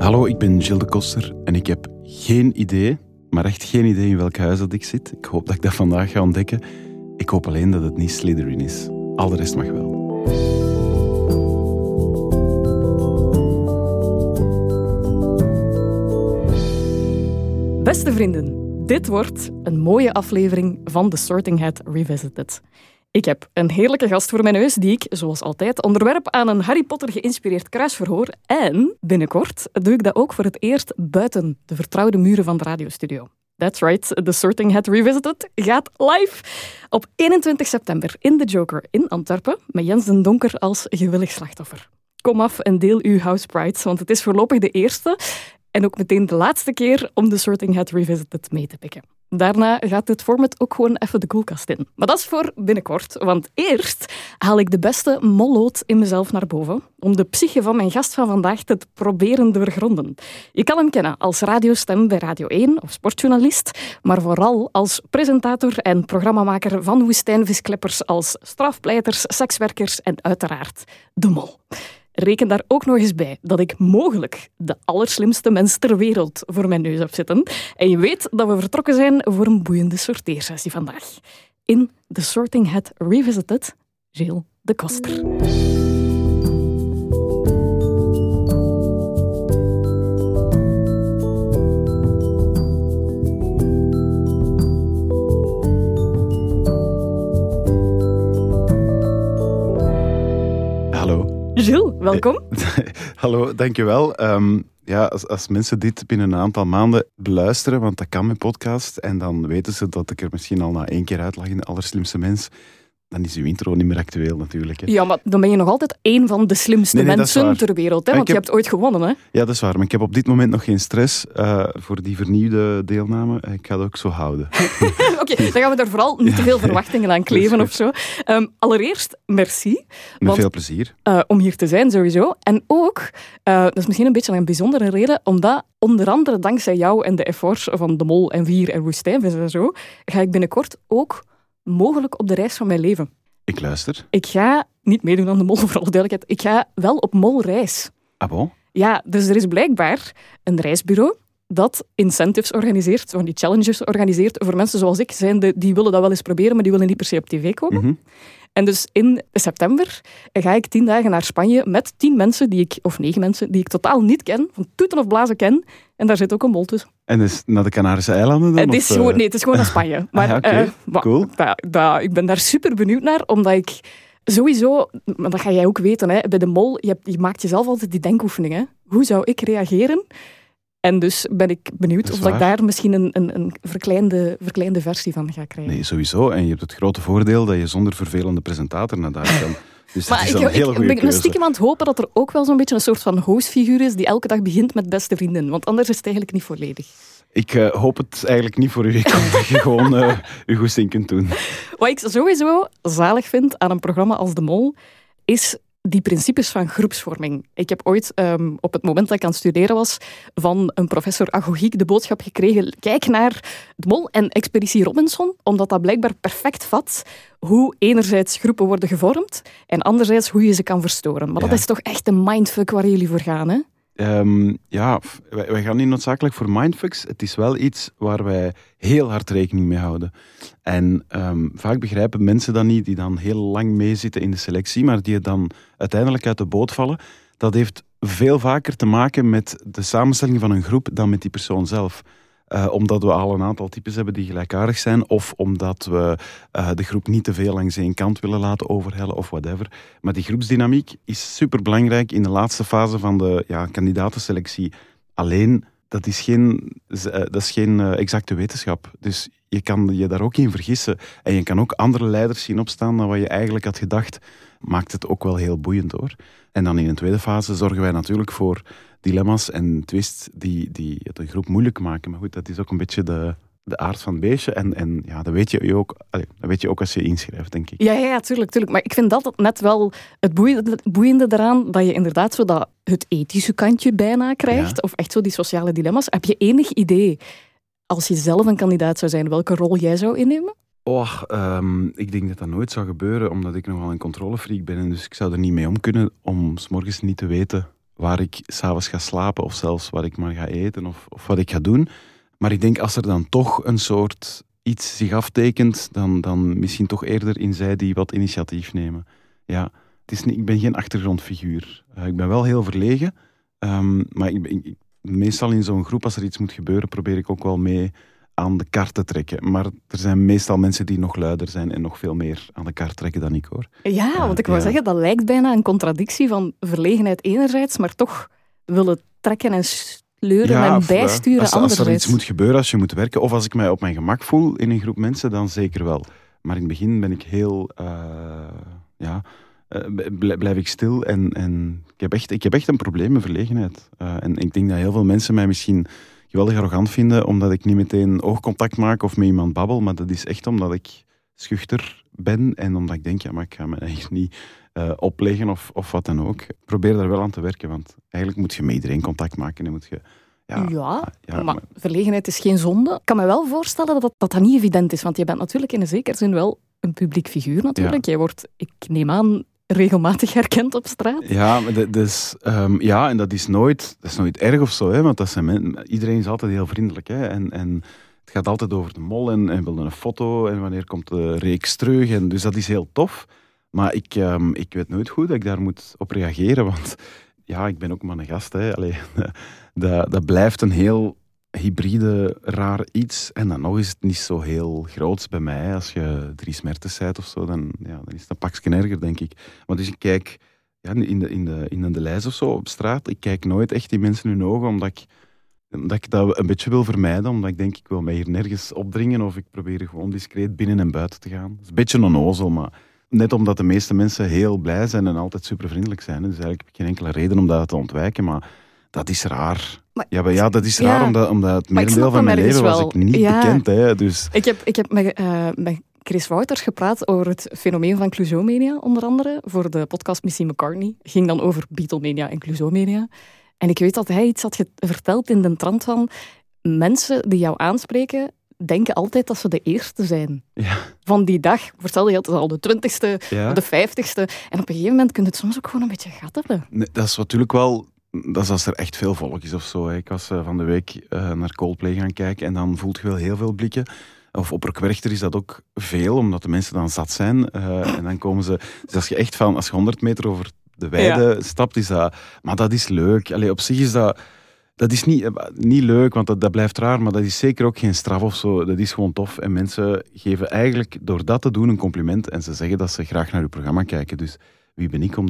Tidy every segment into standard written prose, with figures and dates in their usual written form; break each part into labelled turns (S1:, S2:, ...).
S1: Hallo, ik ben Gilles de Koster en ik heb geen idee, maar echt geen idee in welk huis dat ik zit. Ik hoop dat ik dat vandaag ga ontdekken. Ik hoop alleen dat het niet Slytherin is. Al de rest mag wel.
S2: Beste vrienden, dit wordt een mooie aflevering van The Sorting Hat Revisited. Ik heb een heerlijke gast voor mijn neus die ik, zoals altijd, onderwerp aan een Harry Potter geïnspireerd kruisverhoor. En binnenkort doe ik dat ook voor het eerst buiten de vertrouwde muren van de radiostudio. That's right, The Sorting Hat Revisited gaat live op 21 september in The Joker in Antwerpen met Jens den Donker als gewillig slachtoffer. Kom af en deel uw house pride, want het is voorlopig de eerste en ook meteen de laatste keer om The Sorting Hat Revisited mee te pikken. Daarna gaat dit format ook gewoon even de koelkast in. Maar dat is voor binnenkort, want eerst haal ik de beste molloot in mezelf naar boven om de psyche van mijn gast van vandaag te proberen doorgronden. Je kan hem kennen als radiostem bij Radio 1 of sportjournalist, maar vooral als presentator en programmamaker van woestijnvisklippers als strafpleiters, sekswerkers en uiteraard de mol. Reken daar ook nog eens bij dat ik mogelijk de allerslimste mens ter wereld voor mijn neus heb zitten. En je weet dat we vertrokken zijn voor een boeiende sorteersessie vandaag. In The Sorting Hat Revisited, Gilles de Koster.
S1: Hallo.
S2: Gilles, welkom.
S1: Hallo, dankjewel. Als mensen dit binnen een aantal maanden beluisteren, want dat kan mijn podcast, en dan weten ze dat ik er misschien al na 1 keer uitlag in De Allerslimste Mens, dan is uw intro niet meer actueel natuurlijk. Hè.
S2: Ja, maar dan ben je nog altijd één van de slimste mensen ter wereld. Hè? Want je hebt ooit gewonnen, hè?
S1: Ja, dat is waar. Maar ik heb op dit moment nog geen stress voor die vernieuwde deelname. Ik ga dat ook zo houden.
S2: Oké, dan gaan we daar vooral niet te veel verwachtingen aan kleven of zo. Allereerst, merci.
S1: Met veel plezier.
S2: Om hier te zijn, sowieso. En ook, dat is misschien een beetje een bijzondere reden, omdat onder andere dankzij jou en de efforts van De Mol en Vier en Woestijnvis en zo, ga ik binnenkort ook mogelijk op de reis van mijn leven.
S1: Ik luister.
S2: Ik ga niet meedoen aan de mol, voor alle duidelijkheid. Ik ga wel op molreis.
S1: Ah bon?
S2: Ja, dus er is blijkbaar een reisbureau dat incentives organiseert, van die challenges organiseert voor mensen zoals ik, die willen dat wel eens proberen, maar die willen niet per se op tv komen.
S1: Mm-hmm.
S2: En dus in september ga ik 10 dagen naar Spanje met 10 mensen, 9 mensen, die ik totaal niet ken, van toeten of blazen ken. En daar zit ook een mol tussen.
S1: En dus naar de Canarische eilanden dan?
S2: Het is gewoon naar Spanje. Maar,
S1: cool.
S2: Ik ben daar super benieuwd naar, omdat ik sowieso, maar dat ga jij ook weten, hè, bij de mol, je maakt jezelf altijd die denkoefeningen. Hoe zou ik reageren? En dus ben ik benieuwd of ik daar misschien een verkleinde versie van ga krijgen.
S1: Nee, sowieso. En je hebt het grote voordeel dat je zonder vervelende presentator naar daar kan. Dus
S2: maar
S1: dat is een hele goede keuze.
S2: Ik ben stiekem aan het hopen dat er ook wel zo'n beetje een soort van hostfiguur is die elke dag begint met beste vrienden. Want anders is het eigenlijk niet volledig.
S1: Ik hoop het eigenlijk niet voor u. Ik hoop dat je gewoon uw goesting kunt doen.
S2: Wat ik sowieso zalig vind aan een programma als De Mol, is die principes van groepsvorming. Ik heb ooit, op het moment dat ik aan het studeren was, van een professor agogiek de boodschap gekregen, kijk naar De Mol en Expeditie Robinson, omdat dat blijkbaar perfect vat hoe enerzijds groepen worden gevormd en anderzijds hoe je ze kan verstoren. Maar dat is toch echt een mindfuck waar jullie voor gaan, hè?
S1: Wij gaan niet noodzakelijk voor mindfucks. Het is wel iets waar wij heel hard rekening mee houden. En vaak begrijpen mensen dat niet, die dan heel lang meezitten in de selectie, maar die dan uiteindelijk uit de boot vallen. Dat heeft veel vaker te maken met de samenstelling van een groep dan met die persoon zelf. Omdat we al een aantal types hebben die gelijkaardig zijn, of omdat we de groep niet te veel langs één kant willen laten overhellen, of whatever. Maar die groepsdynamiek is superbelangrijk in de laatste fase van de kandidatenselectie. Alleen, dat is geen exacte wetenschap. Dus je kan je daar ook in vergissen. En je kan ook andere leiders zien opstaan dan wat je eigenlijk had gedacht. Maakt het ook wel heel boeiend, hoor. En dan in een tweede fase zorgen wij natuurlijk voor dilemma's en twists die het een groep moeilijk maken. Maar goed, dat is ook een beetje de aard van het beestje. En dat weet je ook als je inschrijft, denk ik.
S2: Ja, tuurlijk. Maar ik vind dat net wel het boeiende eraan, dat je inderdaad zo het ethische kantje bijna krijgt, of echt zo die sociale dilemma's. Heb je enig idee, als je zelf een kandidaat zou zijn, welke rol jij zou innemen?
S1: Ik denk dat dat nooit zou gebeuren, omdat ik nogal een controlefreak ben. En dus ik zou er niet mee om kunnen om 's morgens niet te weten waar ik 's avonds ga slapen of zelfs waar ik maar ga eten of wat ik ga doen. Maar ik denk als er dan toch een soort iets zich aftekent, dan misschien toch eerder in zij die wat initiatief nemen. Ja, het is niet, ik ben geen achtergrondfiguur. Ik ben wel heel verlegen, maar meestal in zo'n groep, als er iets moet gebeuren, probeer ik ook wel mee aan de kar te trekken. Maar er zijn meestal mensen die nog luider zijn en nog veel meer aan de kar trekken dan ik, hoor.
S2: Ja, want ik wou zeggen, dat lijkt bijna een contradictie van verlegenheid enerzijds, maar toch willen trekken en sleuren en bijsturen anderzijds.
S1: Als er iets moet gebeuren, als je moet werken, of als ik mij op mijn gemak voel in een groep mensen, dan zeker wel. Maar in het begin ben ik heel... blijf ik stil en ik heb echt een probleem met verlegenheid. En ik denk dat heel veel mensen mij misschien geweldig arrogant vinden, omdat ik niet meteen oogcontact maak of met iemand babbel, maar dat is echt omdat ik schuchter ben en omdat ik denk, maar ik ga me eigenlijk niet opleggen of wat dan ook. Ik probeer daar wel aan te werken, want eigenlijk moet je met iedereen contact maken en moet je...
S2: Maar verlegenheid is geen zonde. Ik kan me wel voorstellen dat niet evident is, want je bent natuurlijk in een zekere zin wel een publiek figuur natuurlijk. Jij wordt, ik neem aan, regelmatig herkend op straat.
S1: Ja, en dat is nooit erg of zo, hè, want iedereen is altijd heel vriendelijk. Hè, en het gaat altijd over de mol en wilde een foto en wanneer komt de reeks terug. En dus dat is heel tof. Maar ik weet nooit goed dat ik daar moet op reageren, want ik ben ook maar een gast. Hè. Allee, dat blijft een heel hybride, raar iets. En dan nog is het niet zo heel groots bij mij. Als je Dries Mertens bent of zo, dan is het een pakje erger, denk ik. Maar dus ik kijk in de lijst of zo op straat, ik kijk nooit echt die mensen in hun ogen, omdat ik dat een beetje wil vermijden. Omdat ik denk, ik wil mij hier nergens opdringen of ik probeer gewoon discreet binnen en buiten te gaan. Het is een beetje onnozel, maar net omdat de meeste mensen heel blij zijn en altijd super vriendelijk zijn. Dus eigenlijk heb ik geen enkele reden om dat te ontwijken, maar dat is raar. Dat is raar, omdat het merendeel van mijn leven was ik niet bekend. Hè, dus.
S2: Ik heb met Chris Wouters gepraat over het fenomeen van Clouseau-mania, onder andere, voor de podcast Missy McCartney. Het ging dan over Beatlemania en Clouseau-mania. En ik weet dat hij iets had verteld in de trant van mensen die jou aanspreken, denken altijd dat ze de eerste zijn.
S1: Ja.
S2: Van die dag. Vertelde je het al de 20ste, de 50ste. En op een gegeven moment kun je het soms ook gewoon een beetje gat hebben.
S1: Nee, dat is natuurlijk wel... Dat is als er echt veel volk is of zo. Hè. Ik was van de week naar Coldplay gaan kijken en dan voelt je wel heel veel blikken. Of op Werchter is dat ook veel, omdat de mensen dan zat zijn. En dan komen ze... Dus als je 100 meter over de weide stapt, is dat... Maar dat is leuk. Allee, op zich is dat... Dat is niet leuk, want dat blijft raar, maar dat is zeker ook geen straf of zo. Dat is gewoon tof. En mensen geven eigenlijk door dat te doen een compliment en ze zeggen dat ze graag naar uw programma kijken. Dus wie ben ik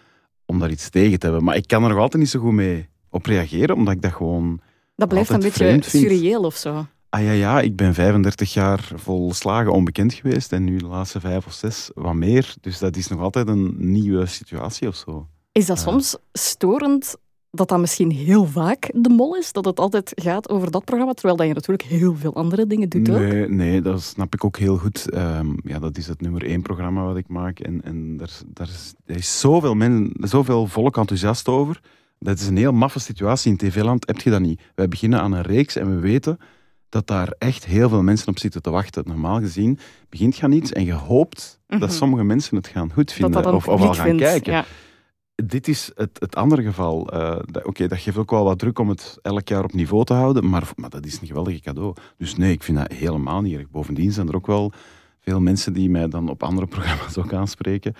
S1: om daar iets tegen te hebben? Maar ik kan er nog altijd niet zo goed mee op reageren, omdat ik dat gewoon...
S2: Dat blijft een beetje surreëel of zo.
S1: Ik ben 35 jaar volslagen onbekend geweest en nu de laatste 5 of 6 wat meer. Dus dat is nog altijd een nieuwe situatie of zo.
S2: Is dat soms storend dat misschien heel vaak de mol is? Dat het altijd gaat over dat programma, terwijl dat je natuurlijk heel veel andere dingen doet ook?
S1: Nee, dat snap ik ook heel goed. Dat is het nummer 1 programma wat ik maak. En daar is zoveel volk enthousiast over. Dat is een heel maffe situatie. In TV-land heb je dat niet. Wij beginnen aan een reeks en we weten dat daar echt heel veel mensen op zitten te wachten. Normaal gezien begint je aan iets en je hoopt dat sommige mensen het gaan goed vinden of al gaan kijken. Ja. Dit is het andere geval. Dat geeft ook wel wat druk om het elk jaar op niveau te houden, maar dat is een geweldig cadeau. Dus nee, ik vind dat helemaal niet erg. Bovendien zijn er ook wel veel mensen die mij dan op andere programma's ook aanspreken.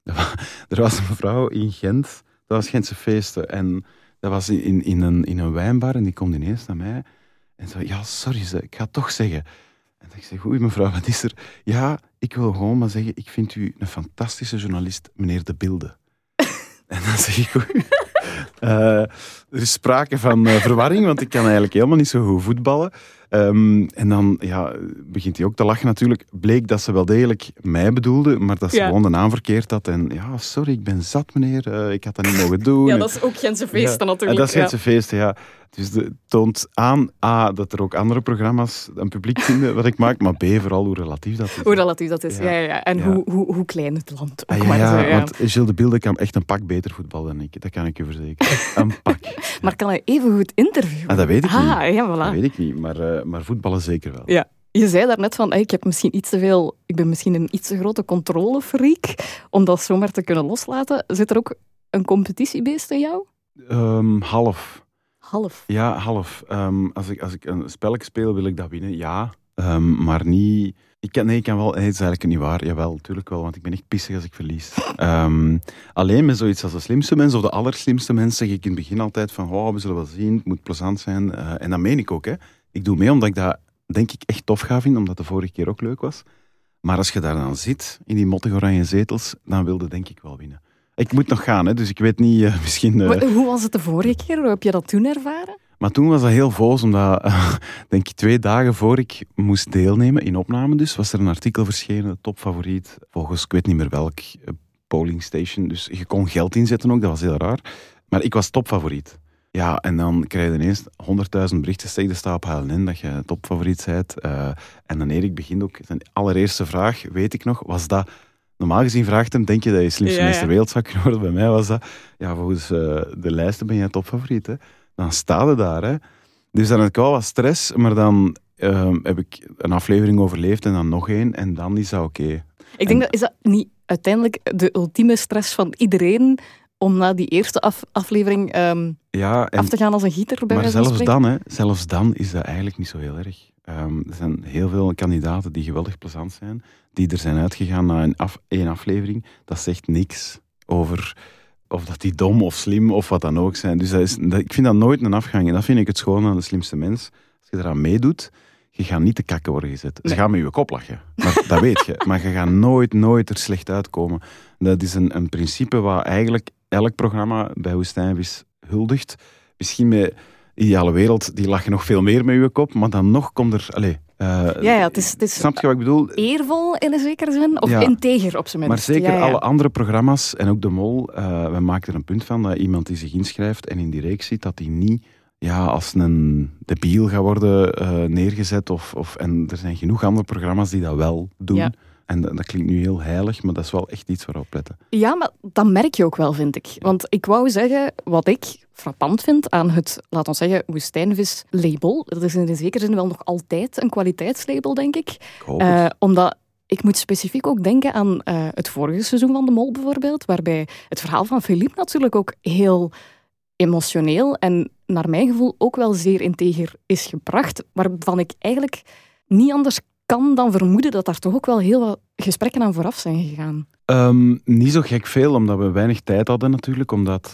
S1: Er was een mevrouw in Gent, dat was Gentse feesten, en dat was in een wijnbar en die komt ineens naar mij en zei, sorry, ik ga het toch zeggen. En ik zeg, oei mevrouw, wat is er? Ja, ik wil gewoon maar zeggen, ik vind u een fantastische journalist, meneer De Bilde. En dan zeg ik, er is sprake van verwarring, want ik kan eigenlijk helemaal niet zo goed voetballen. En dan begint hij ook te lachen natuurlijk. Bleek dat ze wel degelijk mij bedoelde, maar dat ze gewoon de naam verkeerd had. En sorry, ik ben zat meneer, ik had dat niet mogen doen.
S2: Ja, dat is ook Gentse feesten natuurlijk.
S1: Dat is Gentse feesten, ja. Dus het toont aan, dat er ook andere programma's een publiek vinden wat ik maak, maar B, vooral hoe relatief dat is.
S2: Hoe relatief dat is, ja. En hoe klein het land ook
S1: want Gilles De Bilde kan echt een pak beter voetballen dan ik. Dat kan ik je verzekeren. Een pak.
S2: Maar kan hij even goed interviewen?
S1: Dat weet ik niet.
S2: Ja, voilà.
S1: Dat weet ik niet, maar voetballen zeker wel.
S2: Ja. Je zei daarnet van, ik ben misschien een iets te grote controlefreak, om dat zomaar te kunnen loslaten. Zit er ook een competitiebeest in jou?
S1: Half.
S2: Half.
S1: Ja, half. Als ik een spelletje speel, wil ik dat winnen, ja. Maar niet... Ik kan wel... Nee, het is eigenlijk niet waar. Jawel, natuurlijk wel, want ik ben echt pissig als ik verlies. Alleen met zoiets als de slimste mens of de allerslimste mens zeg ik in het begin altijd van we zullen wel zien, het moet plezant zijn. En dat meen ik ook, hè. Ik doe mee omdat ik dat, denk ik, echt tof ga vinden, omdat de vorige keer ook leuk was. Maar als je daar dan zit, in die mottige oranje zetels, dan wilde denk ik wel winnen. Ik moet nog gaan, hè, dus ik weet niet, misschien...
S2: Hoe was het de vorige keer? Hoe heb je dat toen ervaren?
S1: Maar toen was dat heel voos, omdat, denk ik, 2 dagen voor ik moest deelnemen, in opname dus, was er een artikel verschenen, topfavoriet, volgens, ik weet niet meer welk, polling station. Dus je kon geld inzetten ook, dat was heel raar. Maar ik was topfavoriet. Ja, en dan krijg je ineens 100.000 berichten tegen de stap HLN dat je topfavoriet bent. En dan Erik begint ook, zijn allereerste vraag, weet ik nog, was dat... Normaal gezien vraagt hem, denk je dat je slimste mens ter wereld zou kunnen worden? Bij mij was dat, ja, volgens de lijsten ben jij topfavoriet, hè. Dan sta je daar, hè. Dus dan had ik wel wat stress, maar dan heb ik een aflevering overleefd en dan nog één en dan is dat oké.
S2: Ik denk is dat niet uiteindelijk de ultieme stress van iedereen om na die eerste aflevering af te gaan als een gieter? Bij
S1: maar
S2: zelfs
S1: dan is dat eigenlijk niet zo heel erg. Er zijn heel veel kandidaten die geweldig plezant zijn, die er zijn uitgegaan na één aflevering. Dat zegt niks over of dat die dom of slim of wat dan ook zijn. Dus ik vind dat nooit een afgang. En dat vind ik het schoon aan de slimste mens. Als je eraan meedoet, je gaat niet te kakken worden gezet. Ze gaan met je kop lachen. Maar dat weet je. Maar je gaat nooit er slecht uitkomen. Dat is een principe waar eigenlijk elk programma bij Woestijnvis huldigt. Misschien met Ideale Wereld, die lachen nog veel meer met je kop, maar dan nog komt er...
S2: het is
S1: snap je wat ik bedoel?
S2: Eervol in een zekere zin, of integer op zijn minst.
S1: Maar zeker alle andere programma's, en ook De Mol, we maken er een punt van dat iemand die zich inschrijft en in die reeks zit, dat die niet als een debiel gaat worden neergezet. En er zijn genoeg andere programma's die dat wel doen. Ja. En dat klinkt nu heel heilig, maar dat is wel echt iets waarop letten.
S2: Ja, maar dat merk je ook wel, vind ik. Want ik wou zeggen, wat ik frappant vind aan het, laten we zeggen, Woestijnvis-label, dat is in een zekere zin wel nog altijd een kwaliteitslabel, denk ik.
S1: Ik hoop het.
S2: Omdat ik moet specifiek ook denken aan het vorige seizoen van De Mol bijvoorbeeld, waarbij het verhaal van Philippe natuurlijk ook heel emotioneel en naar mijn gevoel ook wel zeer integer is gebracht, waarvan ik eigenlijk niet anders kan dan vermoeden dat daar toch ook wel heel wat gesprekken aan vooraf zijn gegaan.
S1: Niet zo gek veel, omdat we weinig tijd hadden natuurlijk. Omdat,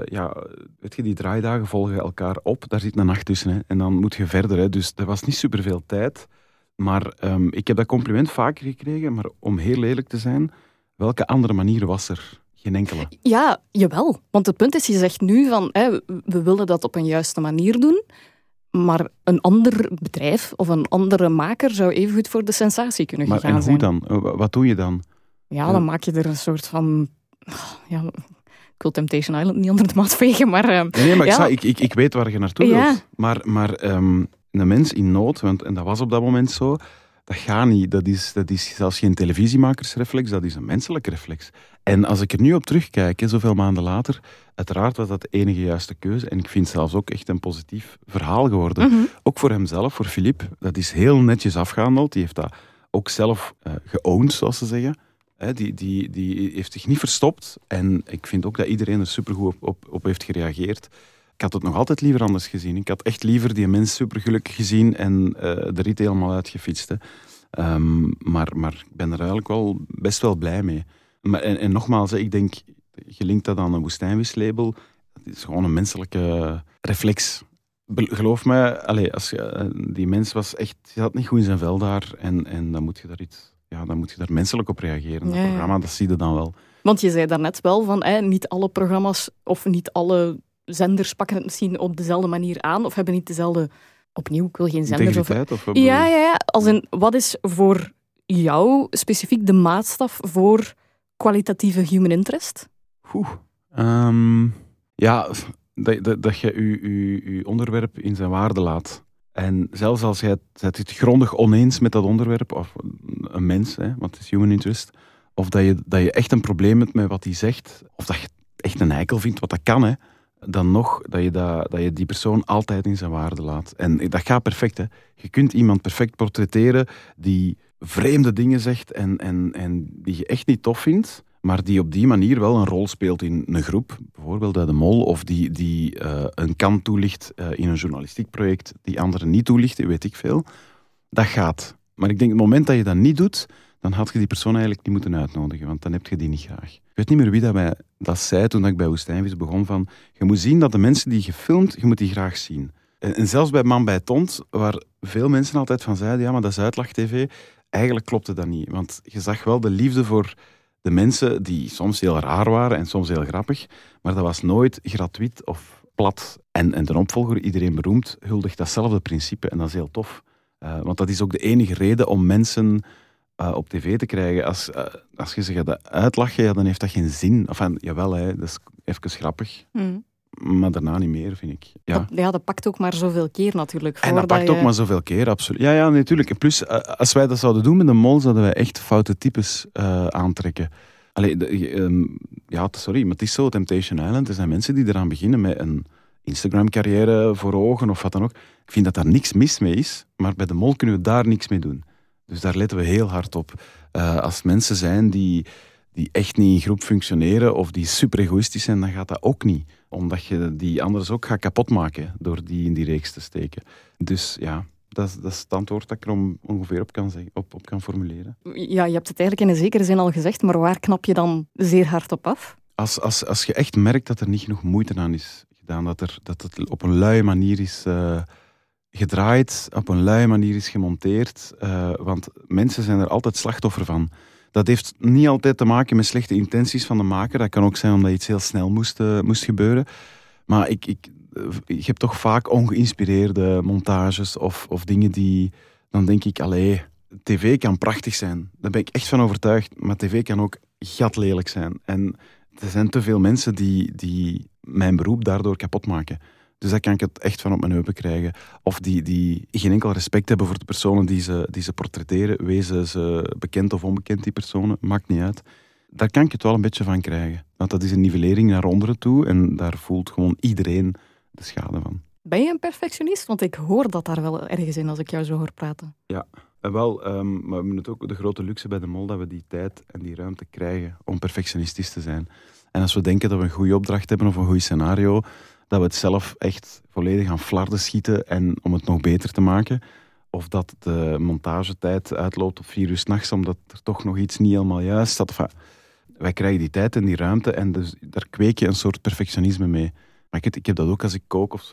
S1: weet je, die draaidagen volgen elkaar op. Daar zit een nacht tussen. Hè, en dan moet je verder. Hè, dus er was niet superveel tijd. Maar ik heb dat compliment vaker gekregen. Maar om heel eerlijk te zijn, welke andere manier was er? Geen enkele.
S2: Ja, jawel. Want het punt is, je zegt nu van, we willen dat op een juiste manier doen. Maar een ander bedrijf of een andere maker zou evengoed voor de sensatie kunnen gaan zijn.
S1: Maar en hoe dan? Wat doe je dan?
S2: Ja, dan maak je er een soort van... Ja, ik wil Temptation Island niet onder de mat vegen, maar...
S1: Nee, maar ik weet waar je naartoe wilt. Maar een mens in nood, en dat was op dat moment zo, dat gaat niet. Dat is zelfs geen televisiemakersreflex, dat is een menselijke reflex. En als ik er nu op terugkijk, zoveel maanden later, uiteraard was dat de enige juiste keuze. En ik vind het zelfs ook echt een positief verhaal geworden. Mm-hmm. Ook voor hemzelf, voor Philippe. Dat is heel netjes afgehandeld. Die heeft dat ook zelf geowned, zoals ze zeggen. Die heeft zich niet verstopt. En ik vind ook dat iedereen er supergoed op heeft gereageerd. Ik had het nog altijd liever anders gezien. Ik had echt liever die mens supergelukkig gezien en de rit helemaal uitgefietst. Maar ik ben er eigenlijk wel best wel blij mee. En nogmaals, ik denk, je linkt dat aan een Woestijnvis-label. Het is gewoon een menselijke reflex. Geloof mij, die mens was echt, je zat niet goed in zijn vel daar. En dan moet je daar dan moet je daar menselijk op reageren. Dat programma, dat zie je dan wel. Want
S2: je zei daarnet wel van, niet alle programma's of niet alle zenders pakken het misschien op dezelfde manier aan of hebben niet dezelfde... Opnieuw, ik wil geen zenders...
S1: Integriteit? Of
S2: ja. Als in, wat is voor jou specifiek de maatstaf voor kwalitatieve human interest?
S1: Dat je je onderwerp in zijn waarde laat. En zelfs als jij het grondig oneens met dat onderwerp, of een mens, want het is human interest, of dat je echt een probleem hebt met wat hij zegt, of dat je echt een eikel vindt, wat dat kan, dan nog dat je die persoon altijd in zijn waarde laat. En dat gaat perfect. Je kunt iemand perfect portretteren die vreemde dingen zegt en die je echt niet tof vindt, maar die op die manier wel een rol speelt in een groep. Bijvoorbeeld voorbeeld uit de Mol, of die een kant toelicht in een journalistiek project die anderen niet toelichten, weet ik veel. Dat gaat. Maar ik denk, het moment dat je dat niet doet, dan had je die persoon eigenlijk niet moeten uitnodigen, want dan heb je die niet graag. Ik weet niet meer wie dat mij dat zei toen ik bij Woestijnvis begon, van je moet zien dat de mensen die je filmt, je moet die graag zien. En zelfs bij Man bij het Tont, waar veel mensen altijd van zeiden, ja, maar dat is uitlach-tv, eigenlijk klopte dat niet. Want je zag wel de liefde voor de mensen die soms heel raar waren en soms heel grappig, maar dat was nooit gratuit of plat. En de opvolger, Iedereen Beroemd, huldigt datzelfde principe en dat is heel tof. Want dat is ook de enige reden om mensen op tv te krijgen. Als je ze gaat uitlachen, ja, dan heeft dat geen zin. Enfin, jawel, dat is even grappig. Maar daarna niet meer, vind ik. Ja.
S2: Dat pakt ook maar zoveel keer natuurlijk.
S1: En dat pakt ook maar zoveel keer, absoluut. Ja, natuurlijk. En plus, als wij dat zouden doen met de Mol, zouden wij echt foute types aantrekken. Sorry, maar het is zo, Temptation Island. Er zijn mensen die eraan beginnen met een Instagram-carrière voor ogen of wat dan ook. Ik vind dat daar niks mis mee is, maar bij de Mol kunnen we daar niks mee doen. Dus daar letten we heel hard op. Als mensen zijn die echt niet in groep functioneren of die super egoïstisch zijn, dan gaat dat ook niet. Omdat je die anders ook gaat kapotmaken door die in die reeks te steken. Dus ja, dat is het antwoord dat ik er ongeveer op kan formuleren.
S2: Ja, je hebt het eigenlijk in een zekere zin al gezegd, maar waar knap je dan zeer hard op af?
S1: Als je echt merkt dat er niet genoeg moeite aan is gedaan, dat het op een luie manier is gedraaid, op een luie manier is gemonteerd, want mensen zijn er altijd slachtoffer van. Dat heeft niet altijd te maken met slechte intenties van de maker. Dat kan ook zijn omdat iets heel snel moest gebeuren. Maar ik heb toch vaak ongeïnspireerde montages of dingen die... Dan denk ik, tv kan prachtig zijn. Daar ben ik echt van overtuigd. Maar tv kan ook gatlelijk zijn. En er zijn te veel mensen die mijn beroep daardoor kapot maken. Dus daar kan ik het echt van op mijn heupen krijgen. Of die geen enkel respect hebben voor de personen die ze portretteren. Wezen ze bekend of onbekend, die personen. Maakt niet uit. Daar kan ik het wel een beetje van krijgen. Want dat is een nivellering naar onderen toe. En daar voelt gewoon iedereen de schade van.
S2: Ben je een perfectionist? Want ik hoor dat daar wel ergens in als ik jou zo hoor praten.
S1: Ja, wel. Maar we hebben het ook de grote luxe bij de Mol dat we die tijd en die ruimte krijgen om perfectionistisch te zijn. En als we denken dat we een goede opdracht hebben of een goed scenario, dat we het zelf echt volledig aan flarden schieten en om het nog beter te maken. Of dat de montagetijd uitloopt op 4 uur 's nachts, omdat er toch nog iets niet helemaal juist zat. Enfin, wij krijgen die tijd en die ruimte en dus daar kweek je een soort perfectionisme mee. Maar ik heb dat ook als ik kook of zo.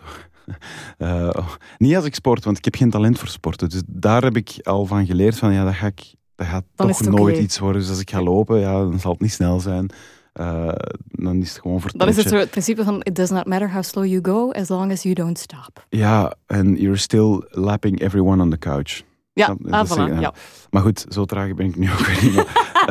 S1: Niet als ik sport, want ik heb geen talent voor sporten. Dus daar heb ik al van geleerd van, dat gaat toch nooit iets worden. Dus als ik ga lopen, dan zal het niet snel zijn. Dan is het gewoon vertellen.
S2: Dan is het principe van it does not matter how slow you go, as long as you don't stop.
S1: Ja, en you're still lapping everyone on the couch.
S2: Ja, voilà. Ja.
S1: Maar goed, zo traag ben ik nu ook weer niet.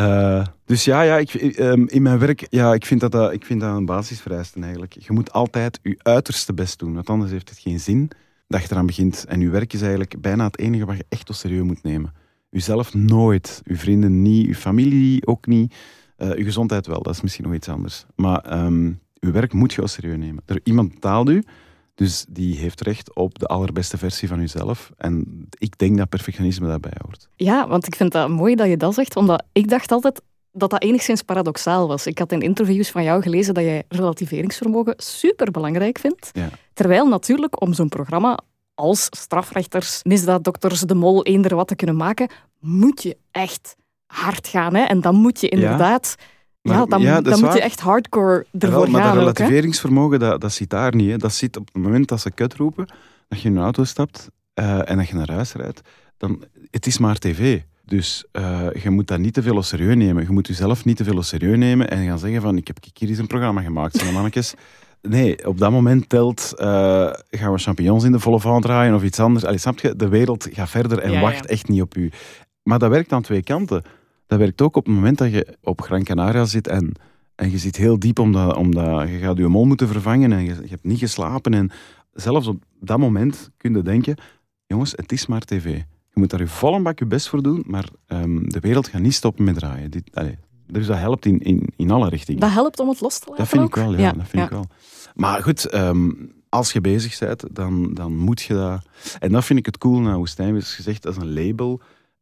S1: Dus in mijn werk, ik vind dat een basisvereiste eigenlijk. Je moet altijd je uiterste best doen, want anders heeft het geen zin dat je eraan begint. En je werk is eigenlijk bijna het enige wat je echt op serieus moet nemen. Jezelf nooit, je vrienden niet, je familie ook niet. Je gezondheid wel, dat is misschien nog iets anders. Maar je werk moet je als serieus nemen. Iemand betaalt u, dus die heeft recht op de allerbeste versie van jezelf. En ik denk dat perfectionisme daarbij hoort.
S2: Ja, want ik vind dat mooi dat je dat zegt, omdat ik dacht altijd dat enigszins paradoxaal was. Ik had in interviews van jou gelezen dat jij relativeringsvermogen superbelangrijk vindt. Ja. Terwijl natuurlijk om zo'n programma als strafrechters, misdaaddokters, de Mol, eender wat te kunnen maken, moet je echt hard gaan. Hè? En dan moet je inderdaad... Ja. Dan moet je echt hardcore ervoor gaan.
S1: Maar dat relativeringsvermogen, dat zit daar niet. Hè. Dat zit op het moment dat ze kut roepen, dat je in een auto stapt en dat je naar huis rijdt. Het is maar tv. Dus je moet dat niet te veel op serieus nemen. Je moet jezelf niet te veel op serieus nemen en gaan zeggen van, ik heb hier eens een programma gemaakt, zijn mannetjes. Nee, op dat moment telt, gaan we champignons in de volle van draaien of iets anders. Allee, snap je? De wereld gaat verder en wacht echt niet op u. Maar dat werkt aan twee kanten. Dat werkt ook op het moment dat je op Gran Canaria zit en je zit heel diep omdat je gaat je mol moeten vervangen en je hebt niet geslapen. En zelfs op dat moment kun je denken, jongens, het is maar tv. Je moet daar je volle bak je best voor doen, maar de wereld gaat niet stoppen met draaien. Dus dat helpt in alle richtingen.
S2: Dat helpt om het los te laten.
S1: Dat vind ik wel, ja. Dat vind ik wel. Maar goed, als je bezig bent, dan moet je dat... En dat vind ik het cool naar Woestijnvis gezegd, als een label.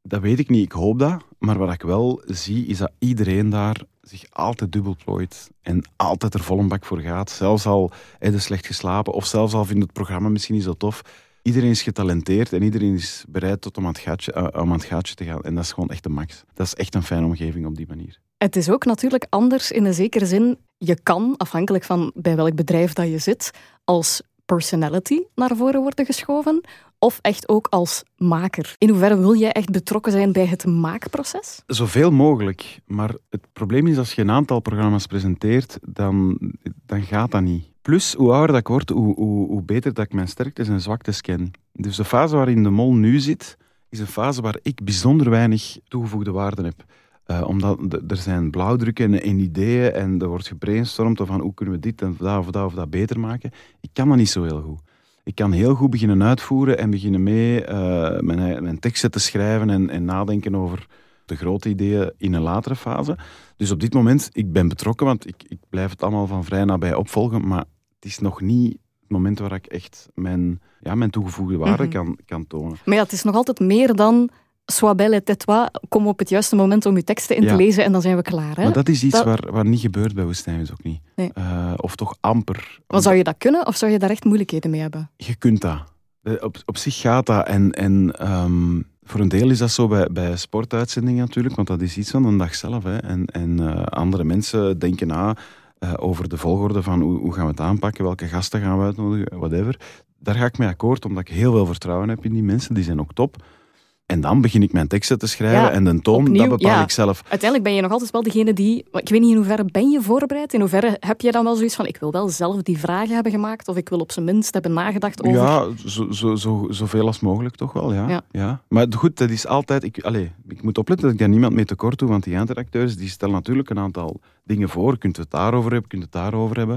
S1: Dat weet ik niet, ik hoop dat. Maar wat ik wel zie, is dat iedereen daar zich altijd dubbel plooit. En altijd er vol een bak voor gaat. Zelfs al heb je slecht geslapen, of zelfs al vindt het programma misschien niet zo tof. Iedereen is getalenteerd en iedereen is bereid tot om aan het gaatje te gaan. En dat is gewoon echt de max. Dat is echt een fijne omgeving op die manier.
S2: Het is ook natuurlijk anders in een zekere zin. Je kan, afhankelijk van bij welk bedrijf dat je zit, als personality naar voren worden geschoven of echt ook als maker. In hoeverre wil jij echt betrokken zijn bij het maakproces?
S1: Zoveel mogelijk. Maar het probleem is, als je een aantal programma's presenteert, dan gaat dat niet. Plus, hoe ouder dat ik word, hoe beter dat ik mijn sterktes en zwaktes ken. Dus de fase waarin de mol nu zit, is een fase waar ik bijzonder weinig toegevoegde waarde heb. Omdat er zijn blauwdrukken en ideeën en er wordt gebrainstormd van hoe kunnen we dit en dat beter maken. Ik kan dat niet zo heel goed. Ik kan heel goed beginnen uitvoeren en beginnen mee mijn teksten te schrijven en nadenken over de grote ideeën in een latere fase. Dus op dit moment, ik ben betrokken, want ik blijf het allemaal van vrij nabij opvolgen, maar het is nog niet het moment waar ik echt mijn toegevoegde waarde kan tonen.
S2: Maar ja, het is nog altijd meer dan sois belle et tais, kom op het juiste moment om je teksten in te lezen en dan zijn we klaar. Hè?
S1: Maar dat is iets waar niet gebeurt bij Woestijnvis ook niet.
S2: Nee.
S1: Of toch amper.
S2: Maar zou je dat kunnen of zou je daar echt moeilijkheden mee hebben?
S1: Je kunt dat. Op zich gaat dat. En voor een deel is dat zo bij sportuitzendingen natuurlijk, want dat is iets van een dag zelf. Hè. En andere mensen denken na over de volgorde van hoe gaan we het aanpakken, welke gasten gaan we uitnodigen, whatever. Daar ga ik mee akkoord, omdat ik heel veel vertrouwen heb in die mensen. Die zijn ook top. En dan begin ik mijn teksten te schrijven en de toon,
S2: opnieuw,
S1: dat bepaal ik zelf.
S2: Uiteindelijk ben je nog altijd wel degene die... Ik weet niet in hoeverre ben je voorbereid? In hoeverre heb je dan wel zoiets van, ik wil wel zelf die vragen hebben gemaakt of ik wil op zijn minst hebben nagedacht over...
S1: Ja, zoveel als mogelijk toch wel, ja. Maar goed, dat is altijd... Ik moet opletten dat ik daar niemand mee tekort doe, want die eindredacteurs die stellen natuurlijk een aantal dingen voor. Kunt het daarover hebben,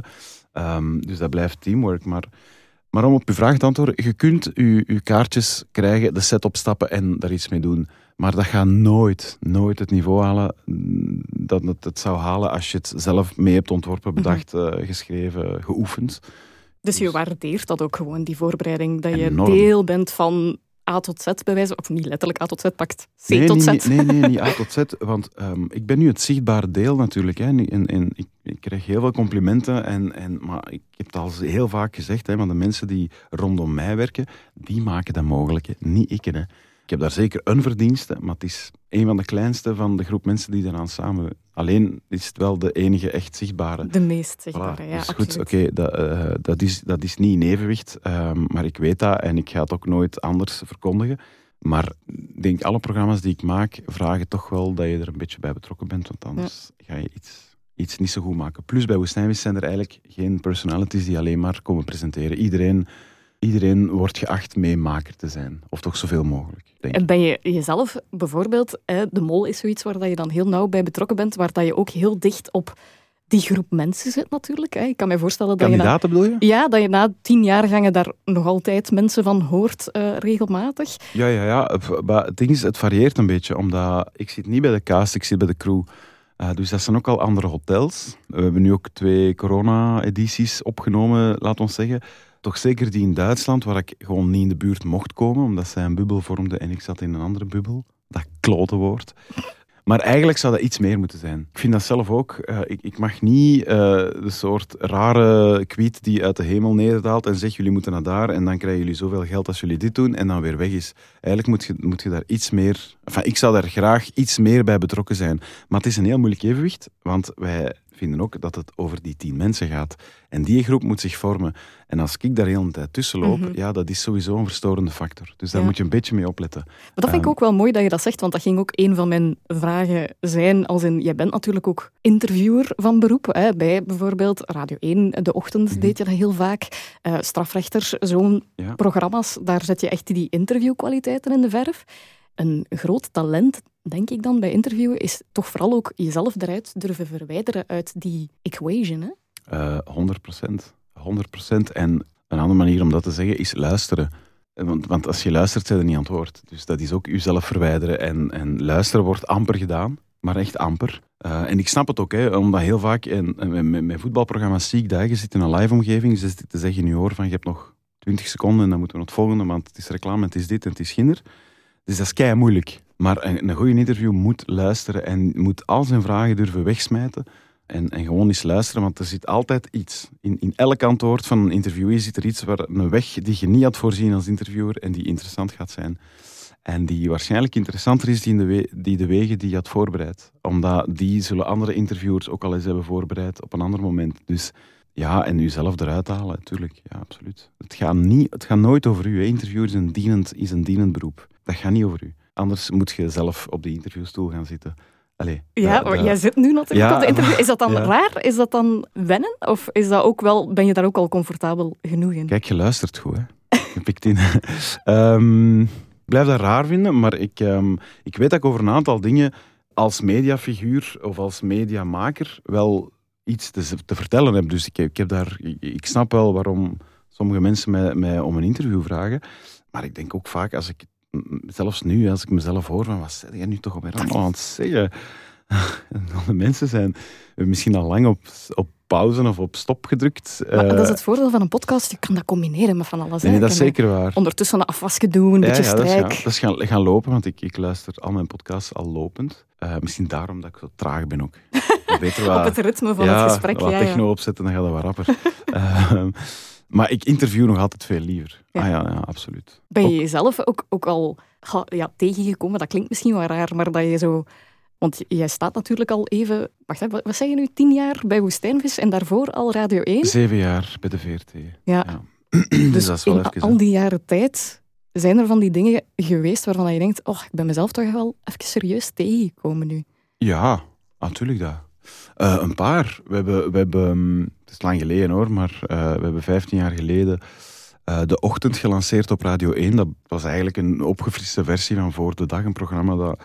S1: dus dat blijft teamwork, Maar om op uw vraag te antwoorden, je kunt uw kaartjes krijgen, de set opstappen en daar iets mee doen. Maar dat gaat nooit het niveau halen dat het zou halen als je het zelf mee hebt ontworpen, bedacht, geschreven, geoefend.
S2: Dus je waardeert dat ook gewoon, die voorbereiding, dat je
S1: enorm.
S2: Deel bent van A tot Z bij wijze, of niet letterlijk A tot Z, pakt C tot Z.
S1: Nee, niet A tot Z, want ik ben nu het zichtbare deel natuurlijk. Hè, en ik krijg heel veel complimenten, maar ik heb het al heel vaak gezegd, hè, maar de mensen die rondom mij werken, die maken dat mogelijk, hè, niet ik. Hè. Ik heb daar zeker een verdienste, maar het is een van de kleinste van de groep mensen die daaraan samen... Alleen is het wel de enige echt zichtbare.
S2: De meest zichtbare,
S1: voilà.
S2: ja,
S1: dus
S2: absoluut.
S1: goed, oké, dat is niet in evenwicht, maar ik weet dat en ik ga het ook nooit anders verkondigen. Maar ik denk, alle programma's die ik maak, vragen toch wel dat je er een beetje bij betrokken bent, want anders ga je iets niet zo goed maken. Plus bij Woestijnvis zijn er eigenlijk geen personalities die alleen maar komen presenteren. Iedereen wordt geacht meemaker te zijn. Of toch zoveel mogelijk.
S2: En ben je jezelf bijvoorbeeld, de mol is zoiets waar je dan heel nauw bij betrokken bent, waar dat je ook heel dicht op die groep mensen zit natuurlijk. Ik kan me voorstellen dat
S1: kandidaten bedoel je?
S2: Ja, dat je na 10 jaargangen daar nog altijd mensen van hoort regelmatig.
S1: Ja. Maar het ding is, het varieert een beetje, omdat ik zit niet bij de cast, ik zit bij de crew. Dus dat zijn ook al andere hotels. We hebben nu ook 2 corona-edities opgenomen, laat ons zeggen. Toch zeker die in Duitsland, waar ik gewoon niet in de buurt mocht komen, omdat zij een bubbel vormden en ik zat in een andere bubbel. Dat klote woord. Maar eigenlijk zou dat iets meer moeten zijn. Ik vind dat zelf ook. Ik mag niet de soort rare kwiet die uit de hemel nederdaalt en zegt, jullie moeten naar daar en dan krijgen jullie zoveel geld als jullie dit doen en dan weer weg is. Eigenlijk moet je daar iets meer... ik zou daar graag iets meer bij betrokken zijn. Maar het is een heel moeilijk evenwicht, want wij vinden ook dat het over die 10 mensen gaat. En die groep moet zich vormen. En als ik daar heel een tijd tussen loop, dat is sowieso een verstorende factor. Dus daar moet je een beetje mee opletten.
S2: Maar dat vind ik ook wel mooi dat je dat zegt, want dat ging ook een van mijn vragen zijn. Als in, jij bent natuurlijk ook interviewer van beroep. Hè, bij bijvoorbeeld Radio 1, De Ochtend deed je dat heel vaak. Strafrechters, zo'n programma's, daar zet je echt die interviewkwaliteiten in de verf. Een groot talent, denk ik dan, bij interviewen, is toch vooral ook jezelf eruit durven verwijderen uit die equation, hè?
S1: 100%. En een andere manier om dat te zeggen is luisteren. Want als je luistert, zijn je niet aan het woord. Dus dat is ook jezelf verwijderen. En luisteren wordt amper gedaan, maar echt amper. En ik snap het ook, omdat heel vaak, met voetbalprogramma's zie ik dat, je zit in een live-omgeving, ze zitten te zeggen in je oor van, je hebt nog 20 seconden en dan moeten we naar het volgende, want het is reclame, het is dit en het is ginder. Dus dat is kei moeilijk. Maar een goede interview moet luisteren en moet al zijn vragen durven wegsmijten. En gewoon eens luisteren, want er zit altijd iets. In elk antwoord van een interviewee zit er iets, een weg die je niet had voorzien als interviewer en die interessant gaat zijn. En die waarschijnlijk interessanter is die de wegen die je had voorbereid. Omdat die zullen andere interviewers ook al eens hebben voorbereid op een ander moment. Dus ja, en jezelf eruit halen, natuurlijk. Ja, absoluut. Het gaat nooit over u. Hè. Interviewer is een dienend beroep. Dat gaat niet over u. Anders moet je zelf op de interviewstoel gaan zitten. Allee,
S2: maar jij zit nu natuurlijk op de interview. Is dat dan raar? Is dat dan wennen? Of is dat ook wel, ben je daar ook al comfortabel genoeg in?
S1: Kijk, je luistert goed, hè. Je pikt in. Ik blijf dat raar vinden, maar ik weet dat ik over een aantal dingen als mediafiguur of als mediamaker wel iets te vertellen heb. Dus ik snap wel waarom sommige mensen mij om een interview vragen. Maar ik denk ook vaak, zelfs nu, als ik mezelf hoor, van wat zeg jij nu toch alweer allemaal aan het zeggen? De mensen zijn misschien al lang op pauze of op stop gedrukt.
S2: Maar dat is het voordeel van een podcast, je kan dat combineren met van alles.
S1: Nee, dat is zeker waar.
S2: Ondertussen een afwasje doen, een beetje strijk.
S1: Dat is gaan lopen, want ik luister al mijn podcasts al lopend. Misschien daarom dat ik zo traag ben ook. Beter
S2: op het ritme van het gesprek.
S1: Wat techno opzetten, dan gaat dat wat rapper. Maar ik interview nog altijd veel liever. Ja, ja absoluut.
S2: Ben je jezelf ook al tegengekomen? Dat klinkt misschien wel raar, maar dat je zo... Want jij staat natuurlijk al even... Wacht, hè, wat zeg je nu? 10 jaar bij Woestijnvis en daarvoor al Radio 1?
S1: 7 jaar bij de VRT.
S2: Ja.
S1: Dus dat is wel
S2: in
S1: even,
S2: al die jaren tijd zijn er van die dingen geweest waarvan je denkt, ik ben mezelf toch wel even serieus tegengekomen nu.
S1: Ja, natuurlijk dat. Een paar. We hebben het is lang geleden hoor, maar we hebben 15 jaar geleden De Ochtend gelanceerd op Radio 1. Dat was eigenlijk een opgefriste versie van Voor de Dag, een programma dat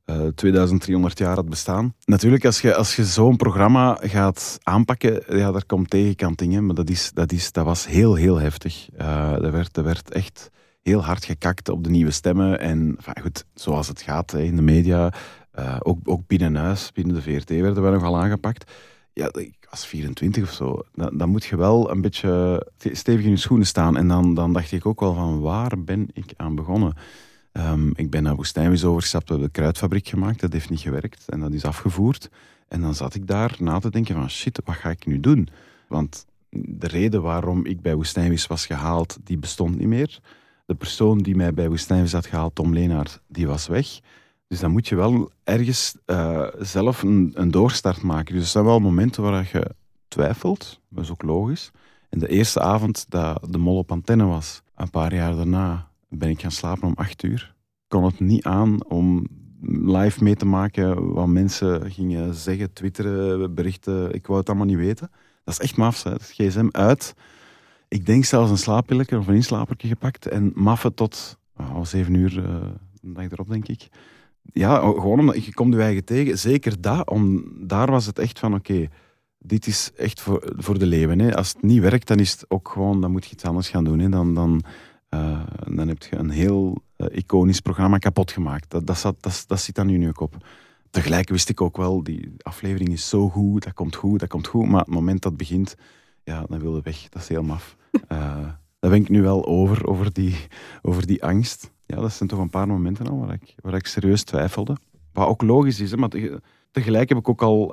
S1: 2300 jaar had bestaan. Natuurlijk, als je zo'n programma gaat aanpakken, ja, daar komt tegenkanting in, maar dat was heel, heel heftig. Er werd echt heel hard gekakt op de nieuwe stemmen. En goed, zoals het gaat in de media, ook binnen huis, binnen de VRT werden wij nogal aangepakt. Ja, ik was 24 of zo. Dan moet je wel een beetje stevig in je schoenen staan. En dan dacht ik ook wel van, waar ben ik aan begonnen? Ik ben naar Woestijnvis overgestapt, we hebben de kruidfabriek gemaakt. Dat heeft niet gewerkt en dat is afgevoerd. En dan zat ik daar na te denken van, shit, wat ga ik nu doen? Want de reden waarom ik bij Woestijnvis was gehaald, die bestond niet meer. De persoon die mij bij Woestijnvis had gehaald, Tom Leenaert, die was weg. Dus dan moet je wel ergens zelf een doorstart maken. Dus er zijn wel momenten waar je twijfelt, dat is ook logisch. En de eerste avond dat de Mol op antenne was, een paar jaar daarna, ben ik gaan slapen om 8 uur. Ik kon het niet aan om live mee te maken wat mensen gingen zeggen, twitteren, berichten. Ik wou het allemaal niet weten. Dat is echt maf, hè. Het gsm uit. Ik denk zelfs een slaappilletje of een inslapertje gepakt en maffen tot 7 uur de dag erop, denk ik. Ja, gewoon omdat je komt je eigen tegen. Zeker dat, daar was het echt van oké, dit is echt voor de leeuwen. Hè. Als het niet werkt, dan is het ook gewoon, dan moet je iets anders gaan doen. Hè. Dan heb je een heel iconisch programma kapot gemaakt. Dat zit dan nu ook op. Tegelijk wist ik ook wel, die aflevering is zo goed, dat komt goed. Maar het moment dat het begint, ja, dan wil je weg. Dat is heel maf. Daar ben ik nu wel over die angst. Ja, dat zijn toch een paar momenten al waar ik serieus twijfelde. Wat ook logisch is, hè, maar tegelijk heb ik ook al...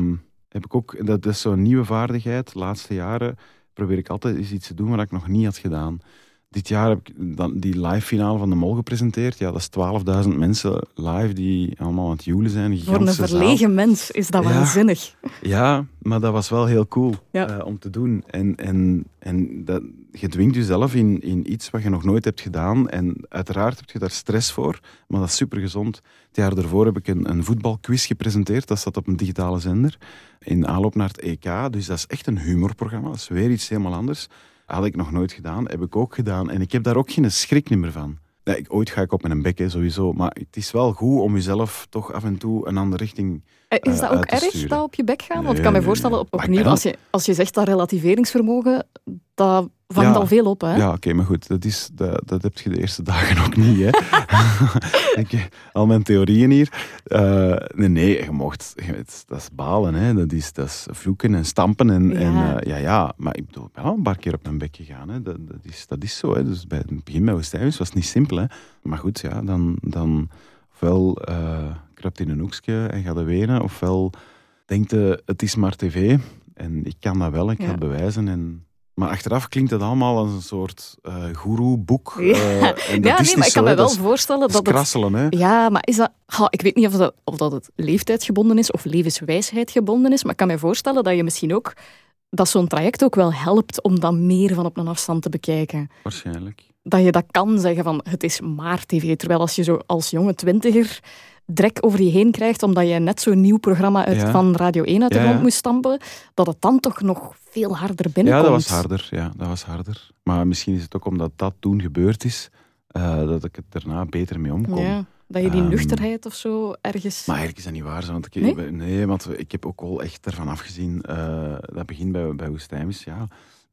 S1: dat is zo'n nieuwe vaardigheid. De laatste jaren probeer ik altijd eens iets te doen wat ik nog niet had gedaan. Dit jaar heb ik dan die live finale van de Mol gepresenteerd. Ja, dat is 12.000 mensen live die allemaal aan het joelen zijn.
S2: Voor een verlegen mens is dat waanzinnig.
S1: Ja, maar dat was wel heel cool om te doen. En dat, je dwingt jezelf in iets wat je nog nooit hebt gedaan. En uiteraard heb je daar stress voor, maar dat is supergezond. Het jaar daarvoor heb ik een voetbalquiz gepresenteerd. Dat zat op een digitale zender in aanloop naar het EK. Dus dat is echt een humorprogramma. Dat is weer iets helemaal anders. Had ik nog nooit gedaan, heb ik ook gedaan. En ik heb daar ook geen schrik meer van. Ja, ooit ga ik op mijn bek, sowieso. Maar het is wel goed om jezelf toch af en toe een andere richting
S2: is dat ook erg, dat op je bek gaan? Want ik kan me voorstellen, opnieuw, als je zegt dat relativeringsvermogen, dat vangt al veel op, hè? Ja,
S1: oké, maar goed, dat heb je de eerste dagen ook niet, hè. Al mijn theorieën hier. Nee, je mocht... Dat is balen, hè. Dat is vloeken en stampen. Maar ik ben al een paar keer op mijn bek gegaan, hè. Dat is zo, hè. Dus bij het begin bij Woestijnvis was het niet simpel, hè. Maar goed, ja, dan Ofwel kruipt in een hoekje en gaat wenen, ofwel denkt het is maar tv. En ik kan dat wel, ik ga het bewijzen. Maar achteraf klinkt het allemaal als een soort goeroe-boek. En dat is niet
S2: maar ik kan me wel voorstellen dat
S1: krasselen, hè?
S2: Ja, maar is dat... ik weet niet of dat het leeftijdsgebonden is of levenswijsheid gebonden is, maar ik kan me voorstellen dat je misschien ook... dat zo'n traject ook wel helpt om dat meer van op een afstand te bekijken.
S1: Waarschijnlijk.
S2: Dat je dat kan zeggen van, het is maar tv. Terwijl als je zo als jonge twintiger drek over je heen krijgt, omdat je net zo'n nieuw programma van Radio 1 uit de grond moest stampen, dat het dan toch nog veel harder binnenkomt.
S1: Ja, dat was harder. Maar misschien is het ook omdat dat toen gebeurd is, dat ik het daarna beter mee omkom. Ja,
S2: dat je die nuchterheid of zo ergens...
S1: Maar eigenlijk is dat niet waar. Want want ik heb ook wel echt ervan afgezien. Dat begint bij Woestijnvis, ja.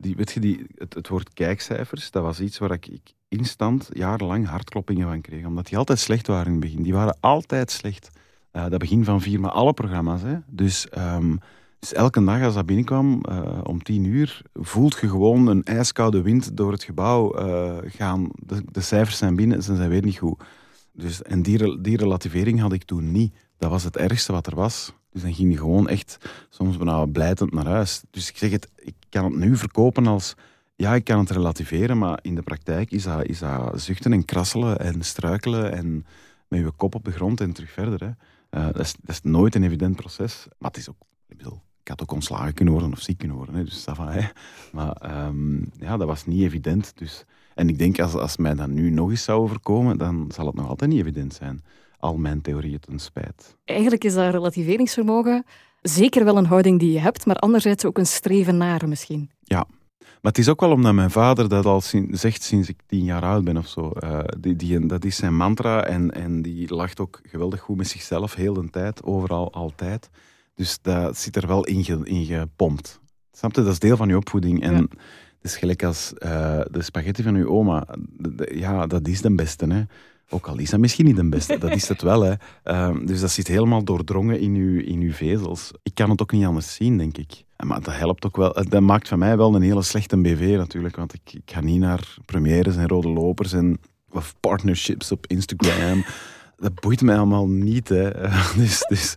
S1: Het woord kijkcijfers, dat was iets waar ik instant jarenlang hartkloppingen van kreeg. Omdat die altijd slecht waren in het begin. Die waren altijd slecht. Dat begin van 4, maar alle programma's. Hè. Dus elke dag als dat binnenkwam, om 10:00, voelt je gewoon een ijskoude wind door het gebouw gaan. De cijfers zijn binnen, ze zijn weer niet goed. Dus, en die relativering had ik toen niet. Dat was het ergste wat er was. Dus dan ging je gewoon echt soms bijna blijtend naar huis. Dus ik zeg het, ik kan het nu verkopen als... Ja, ik kan het relativeren, maar in de praktijk is dat zuchten en krasselen en struikelen en met je kop op de grond en terug verder. Hè. Dat is nooit een evident proces. Maar het is ook... Ik had ook ontslagen kunnen worden of ziek kunnen worden. Hè, dus dat van, hè. Maar dat was niet evident. Dus... En ik denk, als mij dat nu nog eens zou overkomen, dan zal het nog altijd niet evident zijn. Al mijn theorieën ten spijt.
S2: Eigenlijk is dat relativeringsvermogen zeker wel een houding die je hebt, maar anderzijds ook een streven naar misschien.
S1: Ja, maar het is ook wel omdat mijn vader dat al zegt sinds ik 10 jaar oud ben of zo. Dat is zijn mantra en die lacht ook geweldig goed met zichzelf, heel de tijd, overal, altijd. Dus dat zit er wel in gepompt. Snap je? Dat is deel van je opvoeding. En het is gelijk als de spaghetti van je oma. Dat is de beste, hè. Ook al is dat misschien niet de beste, dat is het wel. Hè. Dus dat zit helemaal doordrongen in uw vezels. Ik kan het ook niet anders zien, denk ik. Maar dat helpt ook wel. Dat maakt van mij wel een hele slechte BV natuurlijk, want ik ga niet naar premières en rode lopers of partnerships op Instagram. Dat boeit mij allemaal niet. Hè. Dus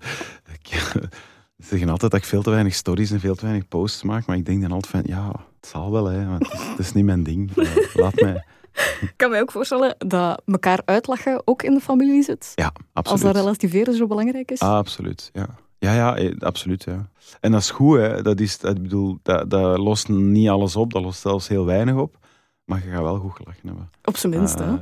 S1: ze zeggen altijd dat ik veel te weinig stories en veel te weinig posts maak, maar ik denk dan altijd van, ja, het zal wel, hè. Want het is niet mijn ding. Laat mij...
S2: Ik kan mij ook voorstellen dat elkaar uitlachen ook in de familie zit.
S1: Ja, absoluut.
S2: Als dat relativeren zo belangrijk is.
S1: Absoluut, ja. Ja, absoluut, ja. En dat is goed, hè. Dat lost niet alles op, dat lost zelfs heel weinig op. Maar je gaat wel goed gelachen hebben.
S2: Op zijn minst, hè?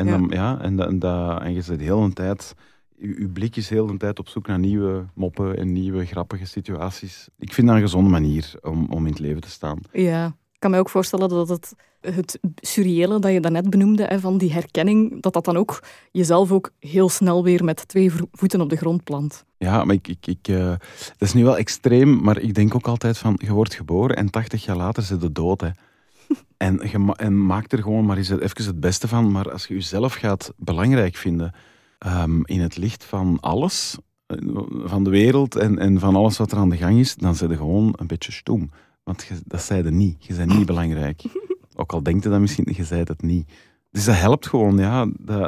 S1: En je zit de hele tijd... Je blik is de hele tijd op zoek naar nieuwe moppen en nieuwe grappige situaties. Ik vind dat een gezonde manier om in het leven te staan.
S2: Ja, ik kan mij ook voorstellen dat het surreële dat je daarnet benoemde, hè, van die herkenning, dat dan ook jezelf ook heel snel weer met 2 voeten op de grond plant.
S1: Ja, maar dat is nu wel extreem, maar ik denk ook altijd van, je wordt geboren en 80 jaar later zit je dood, hè. En maak er gewoon maar eens even het beste van. Maar als je jezelf gaat belangrijk vinden in het licht van alles, van de wereld en van alles wat er aan de gang is, dan zit je gewoon een beetje stoem. Want dat zei je niet. Je bent niet belangrijk. Ook al denkt je dat misschien, je zei het niet. Dus dat helpt gewoon, ja.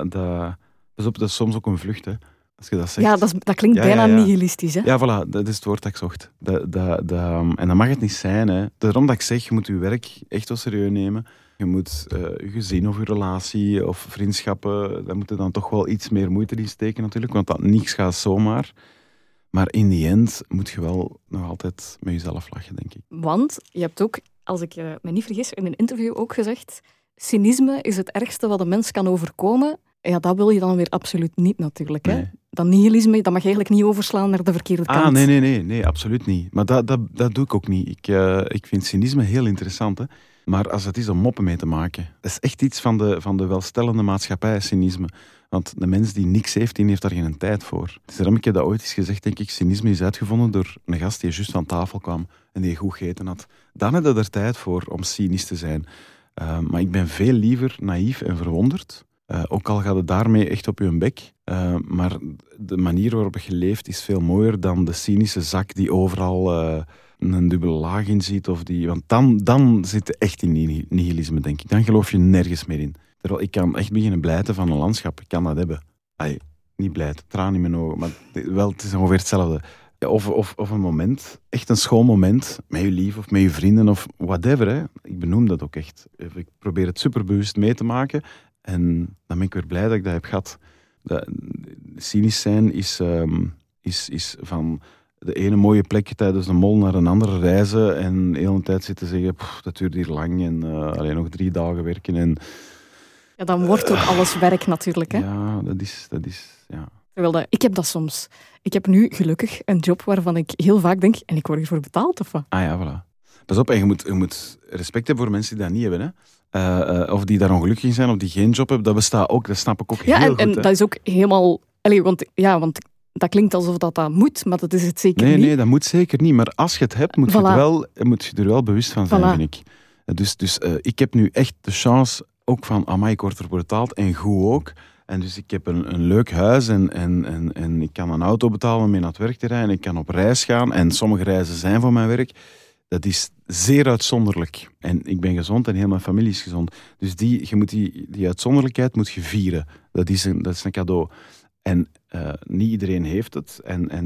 S1: Dat is soms ook een vlucht, hè. Als je dat zegt.
S2: Ja, dat klinkt bijna nihilistisch, hè?
S1: Ja, voilà, dat is het woord dat ik zocht. En dat mag het niet zijn, hè. Daarom dat ik zeg, je moet je werk echt wel serieus nemen. Je moet je gezin of je relatie of vriendschappen, daar moet je dan toch wel iets meer moeite in steken natuurlijk, want dat niks gaat zomaar. Maar in die end moet je wel nog altijd met jezelf lachen, denk ik.
S2: Want je hebt ook, als ik me niet vergis, in een interview ook gezegd, cynisme is het ergste wat een mens kan overkomen. Ja, dat wil je dan weer absoluut niet natuurlijk. Hè?
S1: Nee.
S2: Dat nihilisme, dat mag je eigenlijk niet overslaan naar de verkeerde kant.
S1: Nee, absoluut niet. Maar dat doe ik ook niet. Ik vind cynisme heel interessant, hè. Maar als het is om moppen mee te maken, dat is echt iets van de welstellende maatschappij, cynisme. Want de mens die niks heeft, die heeft daar geen tijd voor. Dus daarom heb ik dat ooit eens gezegd, denk ik, cynisme is uitgevonden door een gast die juist van tafel kwam en die goed gegeten had. Dan had hij er tijd voor om cynisch te zijn. Maar ik ben veel liever naïef en verwonderd. Ook al gaat het daarmee echt op je bek. Maar de manier waarop je leeft is veel mooier dan de cynische zak die overal een dubbele laag in ziet. Want dan zit je echt in nihilisme, denk ik. Dan geloof je nergens meer in. Terwijl ik kan echt beginnen blijten van een landschap. Ik kan dat hebben. niet blij, traan in mijn ogen, maar het is ongeveer hetzelfde. Ja, of een moment, echt een schoon moment, met je lief of met je vrienden of whatever. Hè. Ik benoem dat ook echt. Ik probeer het superbewust mee te maken en dan ben ik weer blij dat ik dat heb gehad. Cynisch zijn is van de ene mooie plek tijdens de mol naar een andere reizen en de hele tijd zitten zeggen, dat duurt hier lang en alleen nog 3 dagen werken. En,
S2: ja, dan wordt ook alles werk natuurlijk. Hè?
S1: Ja, dat is ja.
S2: Terwijl ik heb dat soms. Ik heb nu gelukkig een job waarvan ik heel vaak denk, en ik word hiervoor betaald of wat?
S1: Ah ja, voilà. Pas op, en je moet respect hebben voor mensen die dat niet hebben. Hè. Of die daar ongelukkig in zijn, of die geen job hebben, dat bestaat ook, dat snap ik ook heel goed.
S2: Ja, en dat is ook helemaal... want dat klinkt alsof dat moet, maar dat is het zeker niet.
S1: Nee, dat moet zeker niet. Maar als je het hebt, moet je er wel bewust van zijn, vind ik. Dus ik heb nu echt de chance, ook van, amai, ik word ervoor betaald, en goed ook. En dus ik heb een leuk huis en ik kan een auto betalen om mee naar het werk te rijden. Ik kan op reis gaan en sommige reizen zijn voor mijn werk. Dat is zeer uitzonderlijk. En ik ben gezond en heel mijn familie is gezond. Dus die uitzonderlijkheid moet je vieren. Dat is een cadeau. En niet iedereen heeft het.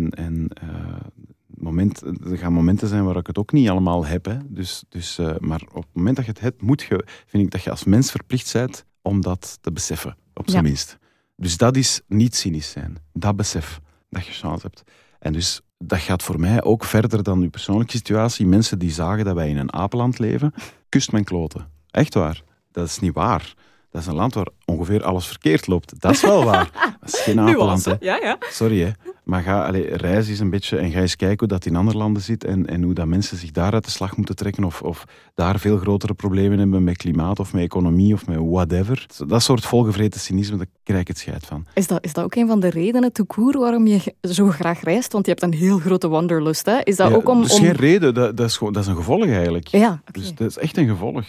S1: Er gaan momenten zijn waar ik het ook niet allemaal heb. Hè. Maar op het moment dat je het hebt, vind ik dat je als mens verplicht bent om dat te beseffen. Op zijn minst. Dus dat is niet cynisch zijn. Dat besef dat je chance hebt. En dus dat gaat voor mij ook verder dan uw persoonlijke situatie. Mensen die zagen dat wij in een apenland leven, kust mijn kloten. Echt waar. Dat is niet waar. Dat is een land waar ongeveer alles verkeerd loopt. Dat is wel waar. Dat is geen apenland. Hè.
S2: Ja.
S1: Sorry, hè. Maar reis eens een beetje en ga eens kijken hoe dat in andere landen zit en hoe dat mensen zich daar uit de slag moeten trekken of daar veel grotere problemen hebben met klimaat of met economie of met whatever. Dat soort volgevreten cynisme, daar krijg ik het scheid van.
S2: Is dat ook een van de redenen, tout court, waarom je zo graag reist? Want je hebt een heel grote wanderlust, hè? Is dat ook om...
S1: Dat is geen reden, dat is een gevolg eigenlijk.
S2: Ja, okay.
S1: Dus dat is echt een gevolg.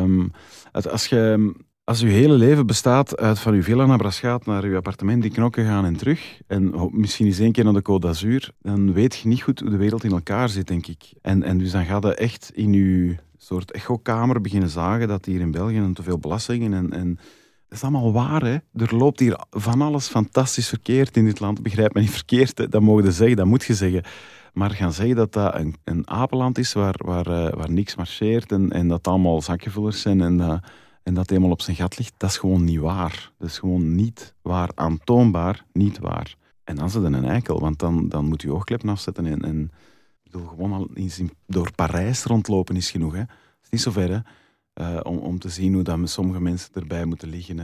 S1: Als je hele leven bestaat uit van je villa naar Braschaat naar je appartement in Knokke gaan en terug, en misschien eens 1 keer naar de Côte d'Azur, dan weet je niet goed hoe de wereld in elkaar zit, denk ik. En dus dan gaat je echt in je soort echokamer beginnen zagen dat hier in België te veel belastingen en dat is allemaal waar, hè. Er loopt hier van alles fantastisch verkeerd in dit land. Begrijp me niet verkeerd, hè. Dat mogen je zeggen, dat moet je zeggen. Maar gaan zeggen dat dat een apenland is waar niks marcheert en dat allemaal zakkenvullers zijn en dat het helemaal op zijn gat ligt, dat is gewoon niet waar. Dat is gewoon niet waar. Aantoonbaar niet waar. En dan is het een eikel, want dan moet je oogkleppen afzetten en bedoel, gewoon al eens door Parijs rondlopen is genoeg. Hè. Het is niet zo ver, hè. Om te zien hoe dat sommige mensen erbij moeten liggen.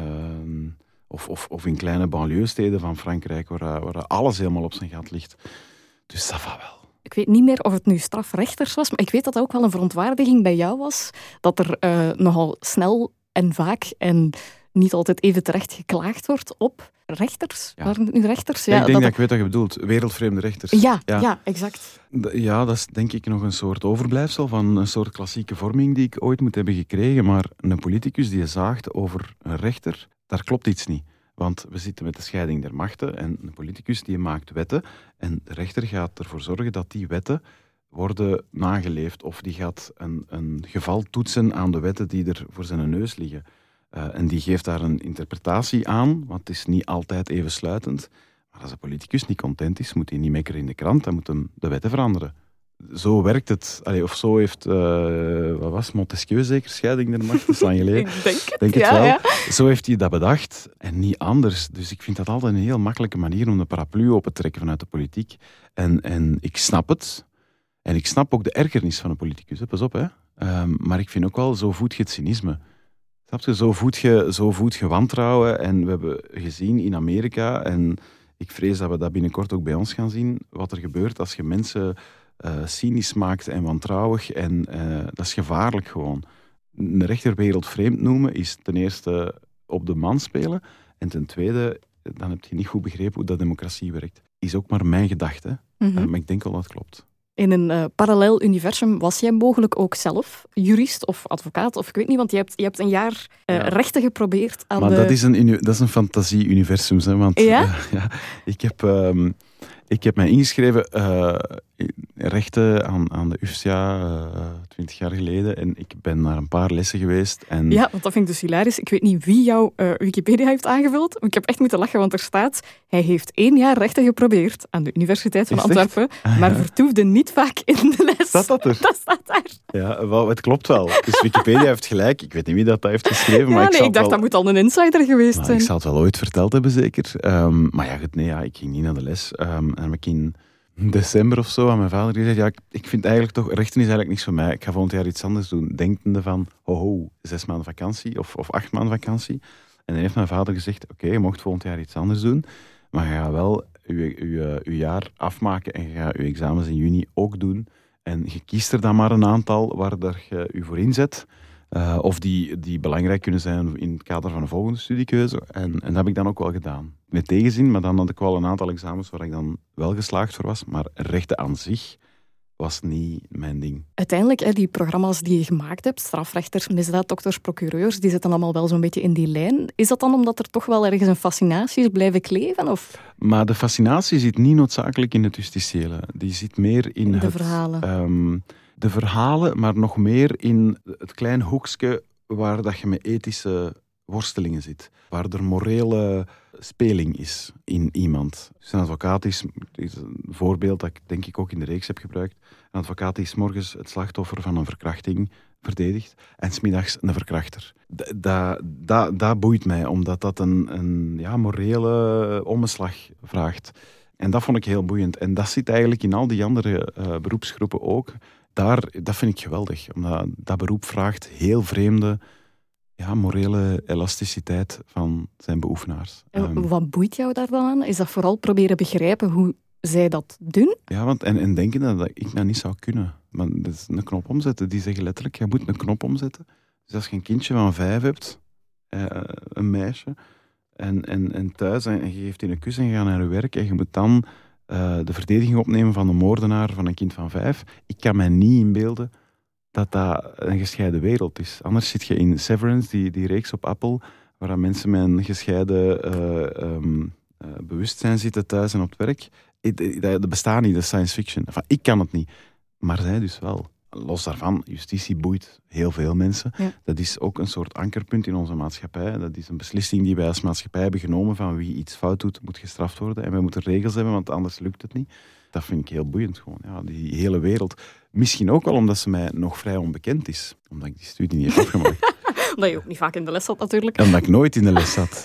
S1: Of in kleine banlieuesteden van Frankrijk, waar alles helemaal op zijn gat ligt. Dus dat va wel.
S2: Ik weet niet meer of het nu strafrechters was, maar ik weet dat dat ook wel een verontwaardiging bij jou was. Dat er nogal snel en vaak en niet altijd even terecht geklaagd wordt op rechters.
S1: Ja.
S2: Waren het nu rechters?
S1: Ja, ik denk dat ik weet wat je bedoelt. Wereldvreemde rechters.
S2: Ja, exact.
S1: Ja, dat is denk ik nog een soort overblijfsel van een soort klassieke vorming die ik ooit moet hebben gekregen. Maar een politicus die zaagt over een rechter, daar klopt iets niet. Want we zitten met de scheiding der machten en een politicus die maakt wetten en de rechter gaat ervoor zorgen dat die wetten worden nageleefd of die gaat een geval toetsen aan de wetten die er voor zijn neus liggen. En die geeft daar een interpretatie aan, want het is niet altijd even sluitend. Maar als een politicus niet content is, moet hij niet mekkeren in de krant, dan moet hij de wetten veranderen. Zo werkt het. Of zo heeft, wat was Montesquieu zeker, scheiding der machten, dat is lang geleden.
S2: Ik
S1: denk het wel.
S2: Ja.
S1: Zo heeft hij dat bedacht en niet anders. Dus ik vind dat altijd een heel makkelijke manier om de paraplu open te trekken vanuit de politiek. En ik snap het. En ik snap ook de ergernis van een politicus. Hè. Pas op, hè. Maar ik vind ook wel, zo voed je het cynisme. Snap je? Zo voed je wantrouwen. En we hebben gezien in Amerika, en ik vrees dat we dat binnenkort ook bij ons gaan zien, wat er gebeurt als je mensen cynisch maakt en wantrouwig. En dat is gevaarlijk gewoon. Een rechter wereldvreemd noemen is ten eerste op de man spelen. En ten tweede, dan heb je niet goed begrepen hoe dat democratie werkt. Is ook maar mijn gedachte.
S2: Mm-hmm.
S1: Maar ik denk wel dat het klopt.
S2: In een parallel universum was jij mogelijk ook zelf jurist of advocaat, of ik weet niet, want je hebt een jaar rechten geprobeerd aan
S1: maar dat is een fantasie-universum. Want
S2: ja?
S1: ik heb mij ingeschreven rechten aan de UFSA 20 jaar geleden. En ik ben naar een paar lessen geweest. En
S2: Ja, want dat vind ik dus hilarisch. Ik weet niet wie jouw Wikipedia heeft aangevuld. Maar ik heb echt moeten lachen, want er staat... Hij heeft 1 jaar rechten geprobeerd aan de Universiteit van
S1: Is het echt?
S2: Antwerpen, maar vertoefde niet vaak in de les.
S1: Staat dat er?
S2: Dat staat daar.
S1: Ja, wel, het klopt wel. Dus Wikipedia heeft gelijk. Ik weet niet wie dat heeft geschreven.
S2: Ja,
S1: maar
S2: nee, ik dacht dat moet al een insider geweest
S1: maar
S2: zijn.
S1: ik zal het wel ooit verteld hebben, zeker. Maar ja, goed, nee, ik ging niet naar de les. En heb ik in december of zo aan mijn vader gezegd, ja, ik vind eigenlijk toch, rechten is eigenlijk niks voor mij. Ik ga volgend jaar iets anders doen. Denkende van, 6 maanden vakantie of 8 maanden vakantie. En dan heeft mijn vader gezegd, oké, je mocht volgend jaar iets anders doen. Maar je gaat wel je jaar afmaken en je gaat je examens in juni ook doen. En je kiest er dan maar een aantal waar je je voor inzet. Of die belangrijk kunnen zijn in het kader van een volgende studiekeuze. En dat heb ik dan ook wel gedaan. Met tegenzin, maar dan had ik wel een aantal examens waar ik dan wel geslaagd voor was. Maar rechten aan zich was niet mijn ding.
S2: Uiteindelijk, die programma's die je gemaakt hebt, strafrechters, misdaaddokters, procureurs, die zitten allemaal wel zo'n beetje in die lijn. Is dat dan omdat er toch wel ergens een fascinatie is blijven kleven? Of?
S1: Maar de fascinatie zit niet noodzakelijk in het justitiële. Die zit meer in
S2: De verhalen.
S1: De verhalen, maar nog meer in het klein hoekje waar dat je met ethische worstelingen zit. Waar er morele speling is in iemand. Dus een advocaat is een voorbeeld dat ik denk ik ook in de reeks heb gebruikt. Een advocaat is 's morgens het slachtoffer van een verkrachting verdedigt en 's middags een verkrachter. Dat boeit mij, omdat dat een morele omslag vraagt. En dat vond ik heel boeiend. En dat zit eigenlijk in al die andere beroepsgroepen ook. Dat vind ik geweldig, omdat dat beroep vraagt heel vreemde morele elasticiteit van zijn beoefenaars.
S2: En wat boeit jou daar dan aan? Is dat vooral proberen begrijpen hoe zij dat doen?
S1: Ja, want en denken dat ik dat niet zou kunnen. Maar dat is een knop omzetten. Die zeggen letterlijk, je moet een knop omzetten. Dus als je een kindje van 5 hebt, een meisje, en thuis, en je geeft die een kus en je gaat naar je werk, en je moet dan de verdediging opnemen van de moordenaar van een kind van 5. Ik kan mij niet inbeelden dat een gescheiden wereld is. Anders zit je in Severance, die reeks op Apple, waar mensen met een gescheiden bewustzijn zitten thuis en op het werk. Dat bestaat niet, dat is science fiction. Enfin, ik kan het niet, maar zij dus wel. Los daarvan, justitie boeit heel veel mensen.
S2: Ja.
S1: Dat is ook een soort ankerpunt in onze maatschappij. Dat is een beslissing die wij als maatschappij hebben genomen van wie iets fout doet, moet gestraft worden. En wij moeten regels hebben, want anders lukt het niet. Dat vind ik heel boeiend gewoon. Ja, die hele wereld. Misschien ook wel omdat ze mij nog vrij onbekend is. Omdat ik die studie niet heb afgemaakt.
S2: Omdat je ook niet vaak in de les zat natuurlijk.
S1: En omdat ik nooit in de les zat.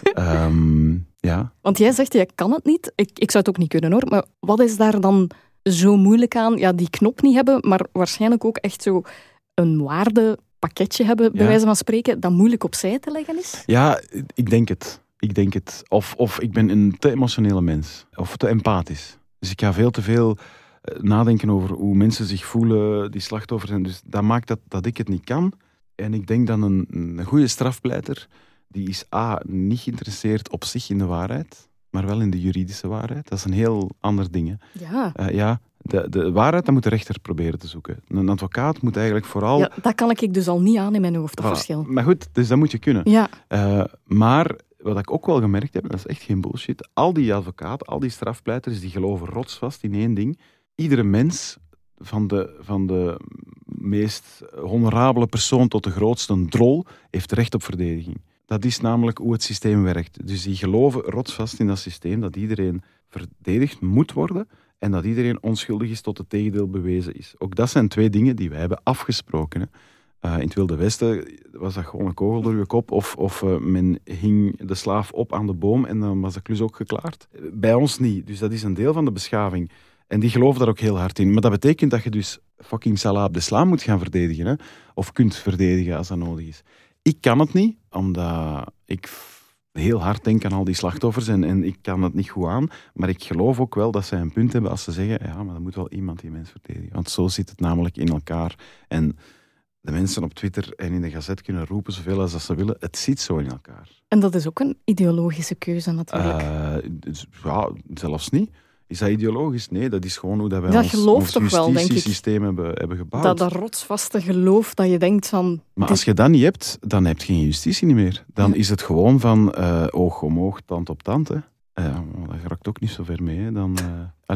S1: Ja.
S2: Want jij zegt, jij kan het niet. Ik zou het ook niet kunnen hoor. Maar wat is daar dan zo moeilijk aan? Ja, die knop niet hebben, maar waarschijnlijk ook echt zo een waardepakketje hebben, bij wijze van spreken, dat moeilijk opzij te leggen is?
S1: Ja, ik denk het. Of ik ben een te emotionele mens. Of te empathisch. Dus ik ga veel te veel nadenken over hoe mensen zich voelen, die slachtoffers zijn. Dus dat maakt dat ik het niet kan. En ik denk dat een goede strafpleiter, die is niet geïnteresseerd op zich in de waarheid, maar wel in de juridische waarheid. Dat is een heel ander ding. Hè.
S2: Ja.
S1: De waarheid, dat moet de rechter proberen te zoeken. Een advocaat moet eigenlijk vooral...
S2: Ja, dat kan ik dus al niet aan in mijn hoofd, dat verschil.
S1: Maar goed, dus dat moet je kunnen.
S2: Ja.
S1: Maar wat ik ook wel gemerkt heb, dat is echt geen bullshit, al die advocaten, al die strafpleiters, die geloven rotsvast in één ding. Iedere mens, van de meest honorabele persoon tot de grootste drol, heeft recht op verdediging. Dat is namelijk hoe het systeem werkt. Dus die geloven rotsvast in dat systeem, dat iedereen verdedigd moet worden en dat iedereen onschuldig is tot het tegendeel bewezen is. Ook dat zijn 2 dingen die wij hebben afgesproken. Hè. In het Wilde Westen was dat gewoon een kogel door je kop of men hing de slaaf op aan de boom en dan was de klus ook geklaard. Bij ons niet. Dus dat is een deel van de beschaving. En die geloven daar ook heel hard in. Maar dat betekent dat je dus fucking Salah Abdeslam moet gaan verdedigen. Hè? Of kunt verdedigen als dat nodig is. Ik kan het niet, omdat ik heel hard denk aan al die slachtoffers en ik kan het niet goed aan. Maar ik geloof ook wel dat zij een punt hebben als ze zeggen, ja, maar er moet wel iemand die mens verdedigen. Want zo zit het namelijk in elkaar. En de mensen op Twitter en in de Gazette kunnen roepen zoveel als dat ze willen. Het zit zo in elkaar.
S2: En dat is ook een ideologische keuze natuurlijk.
S1: Ja, zelfs niet. Is dat ideologisch? Nee, dat is gewoon hoe dat wij
S2: dat
S1: ons justitiesysteem hebben gebouwd.
S2: Dat rotsvaste geloof dat je denkt van...
S1: Maar als je dat niet hebt, dan heb je geen justitie niet meer. Dan is het gewoon van oog om oog, tand op tand. Hè. Dat raakt ook niet zo ver mee. Hè. Dan,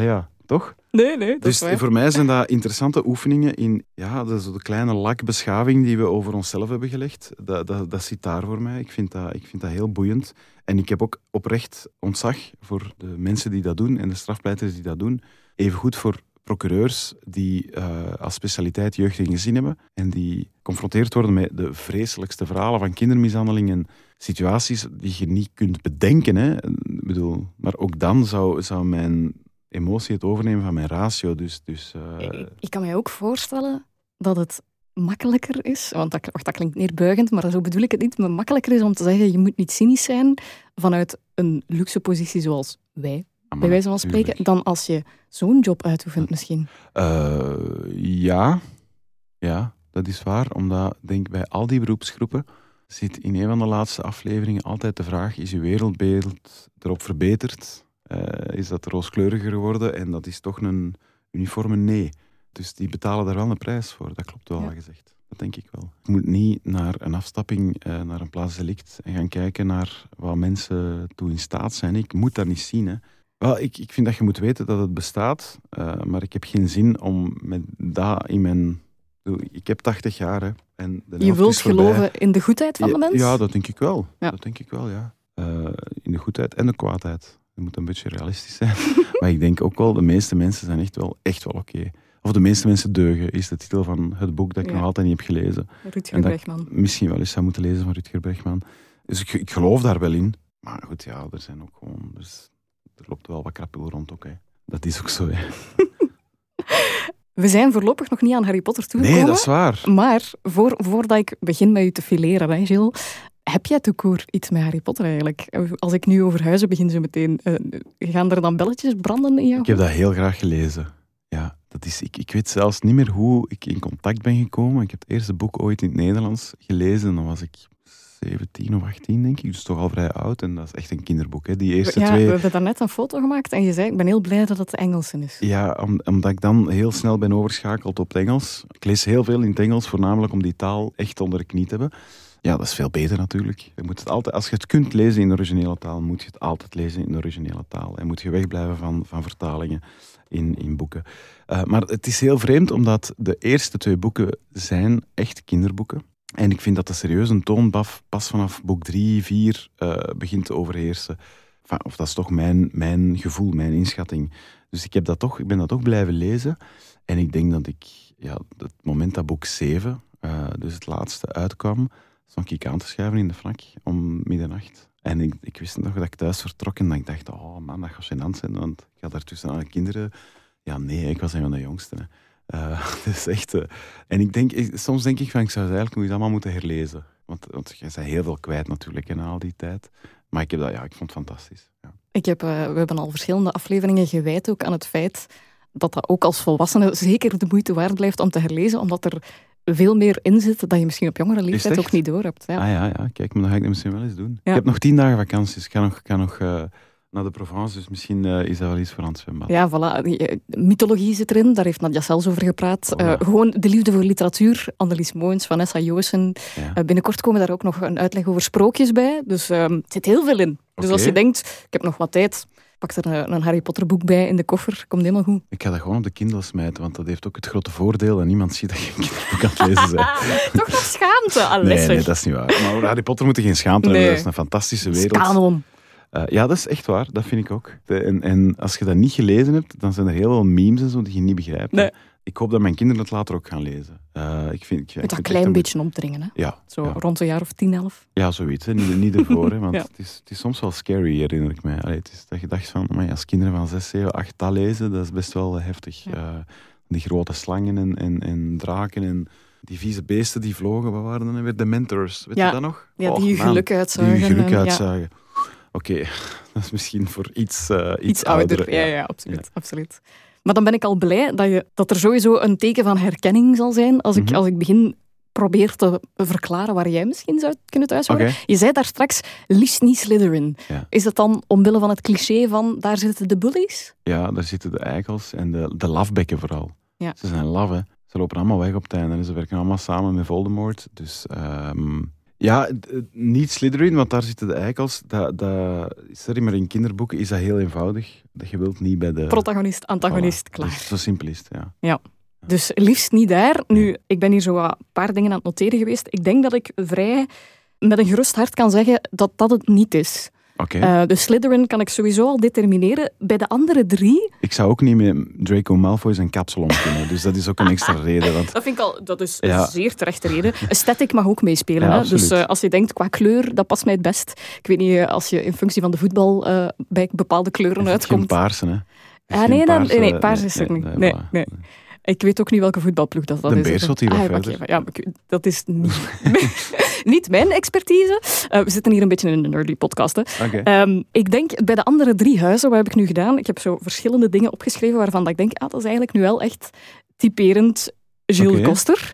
S1: toch?
S2: Nee, dat
S1: Dus
S2: is waar.
S1: voor mij zijn dat interessante oefeningen in de kleine lakbeschaving die we over onszelf hebben gelegd. Dat zit daar voor mij. Ik vind dat heel boeiend. En ik heb ook oprecht ontzag voor de mensen die dat doen en de strafpleiters die dat doen. Evengoed voor procureurs die als specialiteit jeugd en gezin hebben en die geconfronteerd worden met de vreselijkste verhalen van kindermishandeling en situaties die je niet kunt bedenken. Hè. Ik bedoel, maar ook dan zou mijn emotie het overnemen van mijn ratio. Dus,
S2: Ik kan mij ook voorstellen dat het makkelijker is, want dat klinkt neerbuigend, maar zo bedoel ik het niet, maar makkelijker is om te zeggen, je moet niet cynisch zijn vanuit een luxe positie zoals wij, bij wijze van spreken, dan als je zo'n job uitoefent misschien.
S1: Ja, dat is waar, omdat denk ik bij al die beroepsgroepen zit in een van de laatste afleveringen altijd de vraag, is je wereldbeeld erop verbeterd? Is dat rooskleuriger geworden? En dat is toch een uniforme nee. Dus die betalen daar wel een prijs voor. Dat klopt wel, gezegd. Dat denk ik wel. Je moet niet naar een afstapping, naar een plaats delict en gaan kijken naar wat mensen toe in staat zijn. Ik moet dat niet zien. Hè. Wel, ik vind dat je moet weten dat het bestaat, maar ik heb geen zin om met dat in mijn... Ik heb 80 jaar, hè, en de
S2: Je wilt geloven in de goedheid van de mens?
S1: Ja, dat denk ik wel. Ja. Dat denk ik wel, ja. In de goedheid en de kwaadheid. Je moet een beetje realistisch zijn. Maar ik denk ook wel, de meeste mensen zijn echt wel oké. Of de meeste mensen deugen, is de titel van het boek dat ik nog altijd niet heb gelezen.
S2: Rutger Bregman.
S1: Misschien wel eens zou moeten lezen van Rutger Bregman. Dus ik geloof daar wel in. Maar goed, ja, er zijn ook gewoon... Dus, er loopt wel wat krapul rond ook, hè. Dat is ook zo, hè.
S2: We zijn voorlopig nog niet aan Harry Potter toegekomen.
S1: Nee, dat is waar.
S2: Maar voordat ik begin met u te fileren, hè, Gilles, heb jij toekoor iets met Harry Potter eigenlijk? Als ik nu over huizen begin zo meteen, gaan er dan belletjes branden in jou?
S1: Ik heb dat heel graag gelezen. Ja, dat is, ik weet zelfs niet meer hoe ik in contact ben gekomen. Ik heb het eerste boek ooit in het Nederlands gelezen. Dan was ik 17 of 18, denk ik. Dus toch al vrij oud. En dat is echt een kinderboek. Hè. Die eerste twee...
S2: We hebben daarnet een foto gemaakt en je zei, ik ben heel blij dat het Engelse is.
S1: Ja, omdat ik dan heel snel ben overschakeld op het Engels. Ik lees heel veel in het Engels, voornamelijk om die taal echt onder de knie te hebben. Ja, dat is veel beter natuurlijk. Je moet het altijd, als je het kunt lezen in de originele taal, moet je het altijd lezen in de originele taal. En moet je wegblijven van vertalingen in boeken. Maar het is heel vreemd, omdat de eerste 2 boeken zijn echt kinderboeken. En ik vind dat de serieuze toon pas vanaf boek 3, 4 begint te overheersen. Of dat is toch mijn gevoel, mijn inschatting. Dus ik ben dat toch blijven lezen. En ik denk dat het moment dat boek 7, dus het laatste, uitkwam, stond ik aan te schuiven in de fnak om middernacht. En ik wist nog dat ik thuis vertrok en dat ik dacht, oh man, dat gaat gênant zijn, want ik had daartussen aan de kinderen... Ja, nee, ik was een van de jongsten. Dus echt... En soms denk ik van, ik zou het eigenlijk nog allemaal moeten herlezen. Want je bent heel veel kwijt natuurlijk na al die tijd. Maar ik vond het fantastisch. Ja.
S2: We hebben al verschillende afleveringen gewijd ook aan het feit dat ook als volwassene zeker de moeite waard blijft om te herlezen, omdat er veel meer in zit dat je misschien op jongere leeftijd ook niet door hebt. Ja.
S1: Ja. Kijk, maar dan ga ik dat misschien wel eens doen.
S2: Ja.
S1: Ik heb nog 10 dagen vakantie, dus ik ga nog naar de Provence, dus misschien is dat wel iets voor aan het zwembad.
S2: Ja, voilà. Mythologie zit erin, daar heeft Nadja Sels over gepraat. Gewoon de liefde voor literatuur. Annelies Moens, Vanessa Joosen. Ja. Binnenkort komen daar ook nog een uitleg over sprookjes bij. Dus het zit heel veel in. Dus als je denkt, ik heb nog wat tijd, pak er een Harry Potter boek bij in de koffer. Komt helemaal goed.
S1: Ik ga dat gewoon op de Kindle smijten, want dat heeft ook het grote voordeel dat niemand ziet dat je een kinderboek aan het lezen bent.
S2: Toch nog schaamte?
S1: Nee, dat is niet waar. Maar Harry Potter moet er geen schaamte hebben. Dat is een fantastische wereld.
S2: Kanon.
S1: Ja, dat is echt waar. Dat vind ik ook. En als je dat niet gelezen hebt, dan zijn er heel veel memes en zo die je niet begrijpt.
S2: Nee.
S1: Ik hoop dat mijn kinderen het later ook gaan lezen. Ik vind
S2: dat een klein beetje omdringen, hè?
S1: Ja.
S2: Rond een jaar of 10, 11.
S1: Ja, zoiets. Hè. Niet ervoor, hè, want het is soms wel scary, herinner ik mij. Het is dat je dacht van, maar als kinderen van 6, 7, 8 dat lezen, dat is best wel heftig. Ja. Die grote slangen en draken en die vieze beesten die vlogen. Wat waren dan weer? De Mentors, weet je dat nog?
S2: Ja, die geluk uitzuigen.
S1: Die geluk uitzuigen. Oké, dat is misschien voor iets ouder.
S2: Ja, absoluut. Maar dan ben ik al blij dat er sowieso een teken van herkenning zal zijn als ik begin probeer te verklaren waar jij misschien zou kunnen thuis horen.
S1: Okay.
S2: Je zei daar straks, liefst niet Slytherin.
S1: Ja.
S2: Is dat dan omwille van het cliché van daar zitten de bullies?
S1: Ja, daar zitten de eikels en de lafbekken vooral.
S2: Ja.
S1: Ze zijn laf, hè. Ze lopen allemaal weg op het einde en ze werken allemaal samen met Voldemort. Dus Ja, niet Slytherin, want daar zitten de eikels. Sorry, maar in kinderboeken is dat heel eenvoudig. Dat je wilt niet bij de...
S2: Protagonist, antagonist,
S1: Voilà.
S2: klaar.
S1: Dus zo simpel is het, ja.
S2: Ja. Dus liefst niet daar. Nu, ik ben hier zo een paar dingen aan het noteren geweest. Ik denk dat ik vrij met een gerust hart kan zeggen dat dat het niet is.
S1: Oké.
S2: Dus Slytherin kan ik sowieso al determineren. Bij de andere 3...
S1: Ik zou ook niet met Draco Malfoy zijn kapsel om kunnen. Dus dat is ook een extra reden. Want...
S2: Dat is een zeer terechte reden. Aesthetic mag ook meespelen.
S1: Ja,
S2: hè? Dus als je denkt, qua kleur, dat past mij het best. Ik weet niet, als je in functie van de voetbal bij bepaalde kleuren uitkomt.
S1: Geen paarse, hè?
S2: Nee, paars is er niet. Nee. Ik weet ook niet welke voetbalploeg dat is.
S1: De Beerschot hier verder.
S2: Ja, dat is niet, niet mijn expertise. We zitten hier een beetje in een nerdy podcast. Hè.
S1: Okay.
S2: Ik denk, bij de andere 3 huizen, wat heb ik nu gedaan? Ik heb zo verschillende dingen opgeschreven waarvan ik denk, dat is eigenlijk nu wel echt typerend Jules Koster.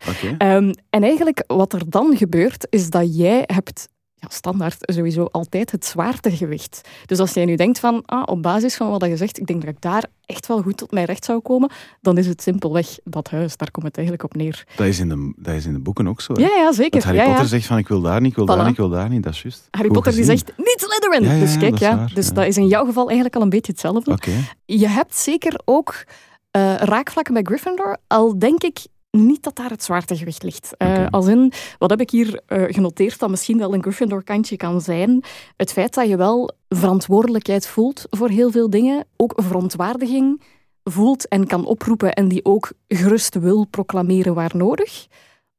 S2: En eigenlijk, wat er dan gebeurt, is dat jij hebt... standaard sowieso altijd het zwaartegewicht. Dus als jij nu denkt van, op basis van wat je zegt, ik denk dat ik daar echt wel goed tot mijn recht zou komen, dan is het simpelweg dat huis. Daar komt het eigenlijk op neer.
S1: Dat is in de boeken ook zo. Hè?
S2: Ja, zeker.
S1: Dat Harry Potter zegt van, ik wil daar niet, ik wil daar niet, ik wil daar niet. Dat is juist.
S2: Harry Potter die zegt, niet Slytherin! Dus kijk, dat is in jouw geval eigenlijk al een beetje hetzelfde.
S1: Okay.
S2: Je hebt zeker ook raakvlakken bij Gryffindor, al denk ik niet dat daar het zwaartegewicht ligt. Als in, wat heb ik hier genoteerd dat misschien wel een Gryffindor-kantje kan zijn? Het feit dat je wel verantwoordelijkheid voelt voor heel veel dingen, ook verontwaardiging voelt en kan oproepen en die ook gerust wil proclameren waar nodig.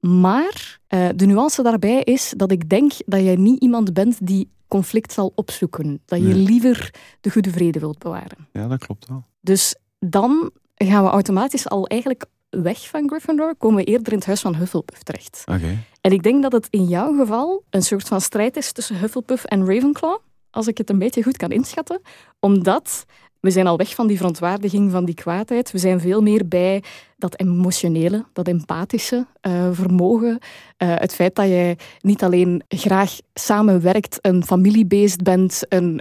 S2: Maar de nuance daarbij is dat ik denk dat jij niet iemand bent die conflict zal opzoeken. Dat je liever de goede vrede wilt bewaren.
S1: Ja, dat klopt wel.
S2: Dus dan gaan we automatisch al eigenlijk weg van Gryffindor, komen we eerder in het huis van Hufflepuff terecht.
S1: Okay.
S2: En ik denk dat het in jouw geval een soort van strijd is tussen Hufflepuff en Ravenclaw, als ik het een beetje goed kan inschatten, omdat we zijn al weg van die verontwaardiging, van die kwaadheid. We zijn veel meer bij dat emotionele, dat empathische vermogen. Het feit dat jij niet alleen graag samenwerkt, een familiebeest bent,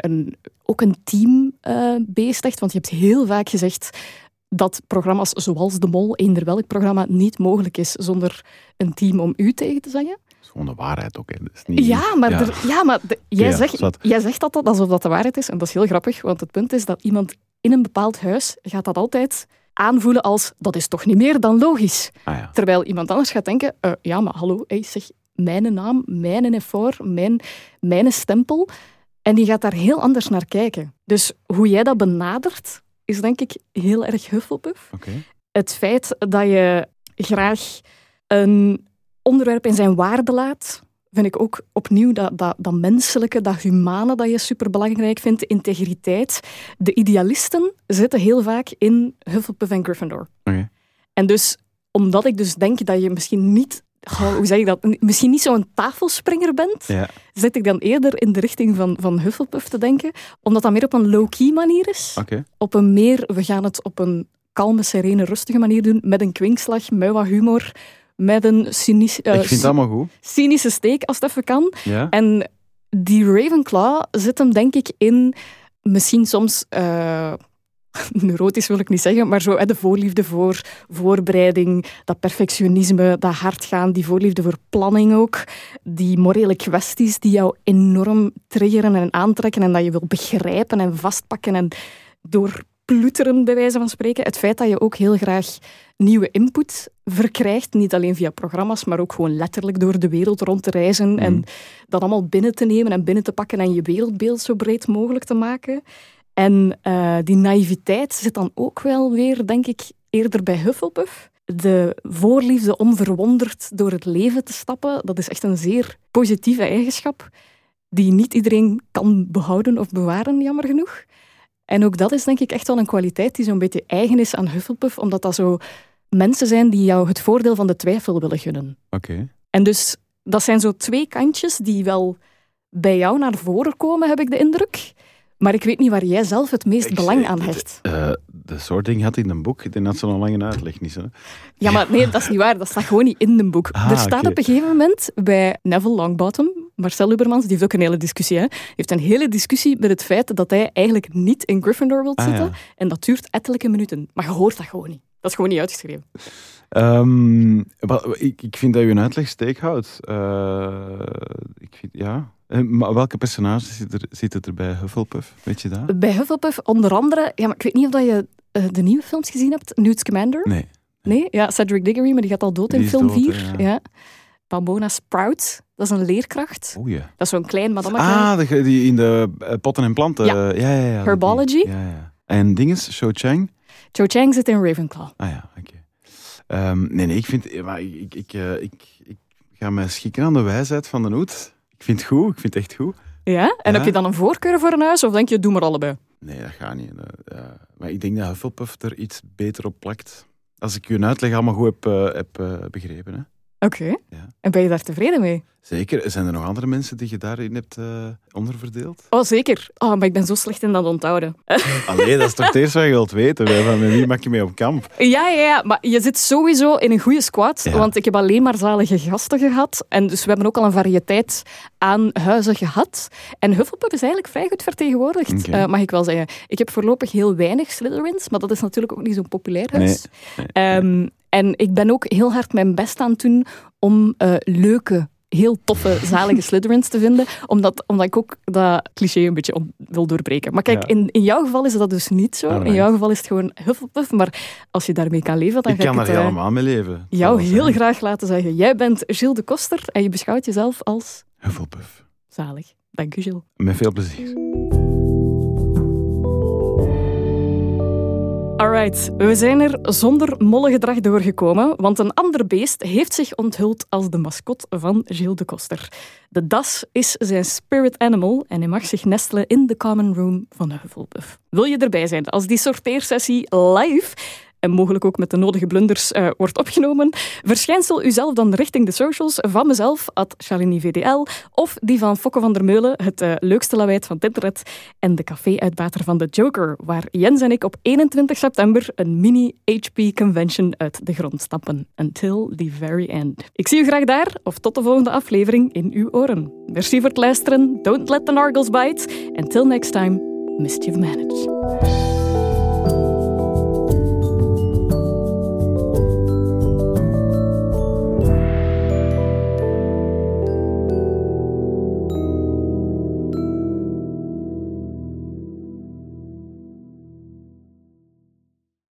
S2: ook een teambeest echt, want je hebt heel vaak gezegd dat programma's zoals De Mol, eender welk programma, niet mogelijk is zonder een team om u tegen te zeggen.
S1: Dat is gewoon de waarheid ook. Hè. Dat is niet...
S2: Jij zegt dat alsof dat de waarheid is. En dat is heel grappig, want het punt is dat iemand in een bepaald huis gaat dat altijd aanvoelen als dat is toch niet meer dan logisch. Terwijl iemand anders gaat denken, maar hallo, zeg, mijn naam, mijn effort, mijn stempel. En die gaat daar heel anders naar kijken. Dus hoe jij dat benadert, is denk ik heel erg Hufflepuff.
S1: Okay.
S2: Het feit dat je graag een onderwerp in zijn waarde laat, vind ik ook opnieuw dat menselijke, dat humane dat je superbelangrijk vindt, de integriteit. De idealisten zitten heel vaak in Hufflepuff en Gryffindor.
S1: Okay.
S2: En dus, omdat ik dus denk dat je misschien niet, hoe zeg ik dat, misschien niet zo'n tafelspringer bent, zit ik dan eerder in de richting van Hufflepuff te denken, omdat dat meer op een low-key manier is.
S1: Okay.
S2: Op een meer, we gaan het op een kalme, serene, rustige manier doen, met een kwinkslag, met wat humor, met een cynische...
S1: ik vind het allemaal goed.
S2: Cynische steek, als het even kan.
S1: Ja.
S2: En die Ravenclaw zit hem, denk ik, in misschien soms... neurotisch wil ik niet zeggen, maar zo de voorliefde voor voorbereiding, dat perfectionisme, dat hardgaan, die voorliefde voor planning ook, die morele kwesties die jou enorm triggeren en aantrekken en dat je wil begrijpen en vastpakken en doorploeteren, bij wijze van spreken. Het feit dat je ook heel graag nieuwe input verkrijgt, niet alleen via programma's, maar ook gewoon letterlijk door de wereld rond te reizen en dat allemaal binnen te nemen en binnen te pakken en je wereldbeeld zo breed mogelijk te maken. En die naïviteit zit dan ook wel weer, denk ik, eerder bij Hufflepuff. De voorliefde om verwonderd door het leven te stappen, dat is echt een zeer positieve eigenschap die niet iedereen kan behouden of bewaren, jammer genoeg. En ook dat is, denk ik, echt wel een kwaliteit die zo'n beetje eigen is aan Hufflepuff, omdat dat zo mensen zijn die jou het voordeel van de twijfel willen gunnen.
S1: Okay.
S2: En dus, dat zijn zo 2 kantjes die wel bij jou naar voren komen, heb ik de indruk. Maar ik weet niet waar jij zelf het meest belang aan hecht.
S1: De Sorting had in een boek. Ik denk dat ze nog lang een uitleg niet zo.
S2: Ja, maar nee, dat is niet waar. Dat staat gewoon niet in een boek. Er staat op een gegeven moment bij Neville Longbottom, Marcel Ubermans, die heeft ook een hele discussie. Hij heeft een hele discussie met het feit dat hij eigenlijk niet in Gryffindor wil zitten. Ja. En dat duurt ettelijke minuten. Maar je hoort dat gewoon niet. Dat is gewoon niet uitgeschreven.
S1: Ik vind dat je een uitleg steek houdt. Maar welke personages zitten er bij Hufflepuff? Weet je dat?
S2: Bij Hufflepuff onder andere... Ja, maar ik weet niet of je de nieuwe films gezien hebt. Newt Scamander?
S1: Nee.
S2: Nee? Ja, Cedric Diggory, maar die gaat al dood in film 4. Ja. Pomona Sprout, dat is een leerkracht.
S1: Oh ja.
S2: Dat is zo'n klein madameke.
S1: Die in de potten en planten.
S2: Ja.
S1: Ja.
S2: Herbology.
S1: Ja. En dinges, Cho Chang?
S2: Cho Chang zit in Ravenclaw.
S1: Ah ja, oké. Nee, ik vind... Maar ik ga mij schikken aan de wijsheid van de Hoed. Ik vind het goed, ik vind het echt goed.
S2: Ja? En heb je dan een voorkeur voor een huis, of denk je, doe maar allebei?
S1: Nee, dat gaat niet. Maar ik denk dat Hufflepuff er iets beter op plakt. Als ik je uitleg allemaal goed heb begrepen. Hè.
S2: Oké.
S1: Ja.
S2: En ben je daar tevreden mee?
S1: Zeker. Zijn er nog andere mensen die je daarin hebt onderverdeeld?
S2: Oh, zeker. Oh, maar ik ben zo slecht in dat onthouden.
S1: Allee, dat is toch het eerste wat je wilt weten. Met wie maak je mee op kamp?
S2: Ja, maar je zit sowieso in een goede squad, want ik heb alleen maar zalige gasten gehad. En dus we hebben ook al een variëteit aan huizen gehad. En Hufflepuff is eigenlijk vrij goed vertegenwoordigd, mag ik wel zeggen. Ik heb voorlopig heel weinig Slytherins, maar dat is natuurlijk ook niet zo'n populair huis. Nee. En ik ben ook heel hard mijn best aan het doen om leuke, heel toffe, zalige Slytherins te vinden, omdat ik ook dat cliché een beetje wil doorbreken. Maar kijk, in jouw geval is dat dus niet zo. In jouw geval is het gewoon Hufflepuff, maar als je daarmee kan leven, dan
S1: ik kan daar helemaal mee leven.
S2: Jou heel graag laten zeggen. Jij bent Gilles de Koster en je beschouwt jezelf als...
S1: Hufflepuff.
S2: Zalig. Dank u, Gilles.
S1: Met veel plezier.
S2: Alright, we zijn er zonder mollengedrag doorgekomen, want een ander beest heeft zich onthuld als de mascot van Gilles de Koster. De das is zijn spirit animal en hij mag zich nestelen in de common room van Hufflepuff. Wil je erbij zijn als die sorteersessie live en mogelijk ook met de nodige blunders wordt opgenomen, verschijnsel uzelf dan richting de socials van mezelf, @ShaliniVDL, of die van Fokke van der Meulen, het leukste lawaait van het internet, en de café-uitbater van de Joker, waar Jens en ik op 21 september een mini-HP-convention uit de grond stampen. Until the very end. Ik zie u graag daar, of tot de volgende aflevering in uw oren. Merci voor het luisteren. Don't let the nargles bite. Until next time, mischief managed.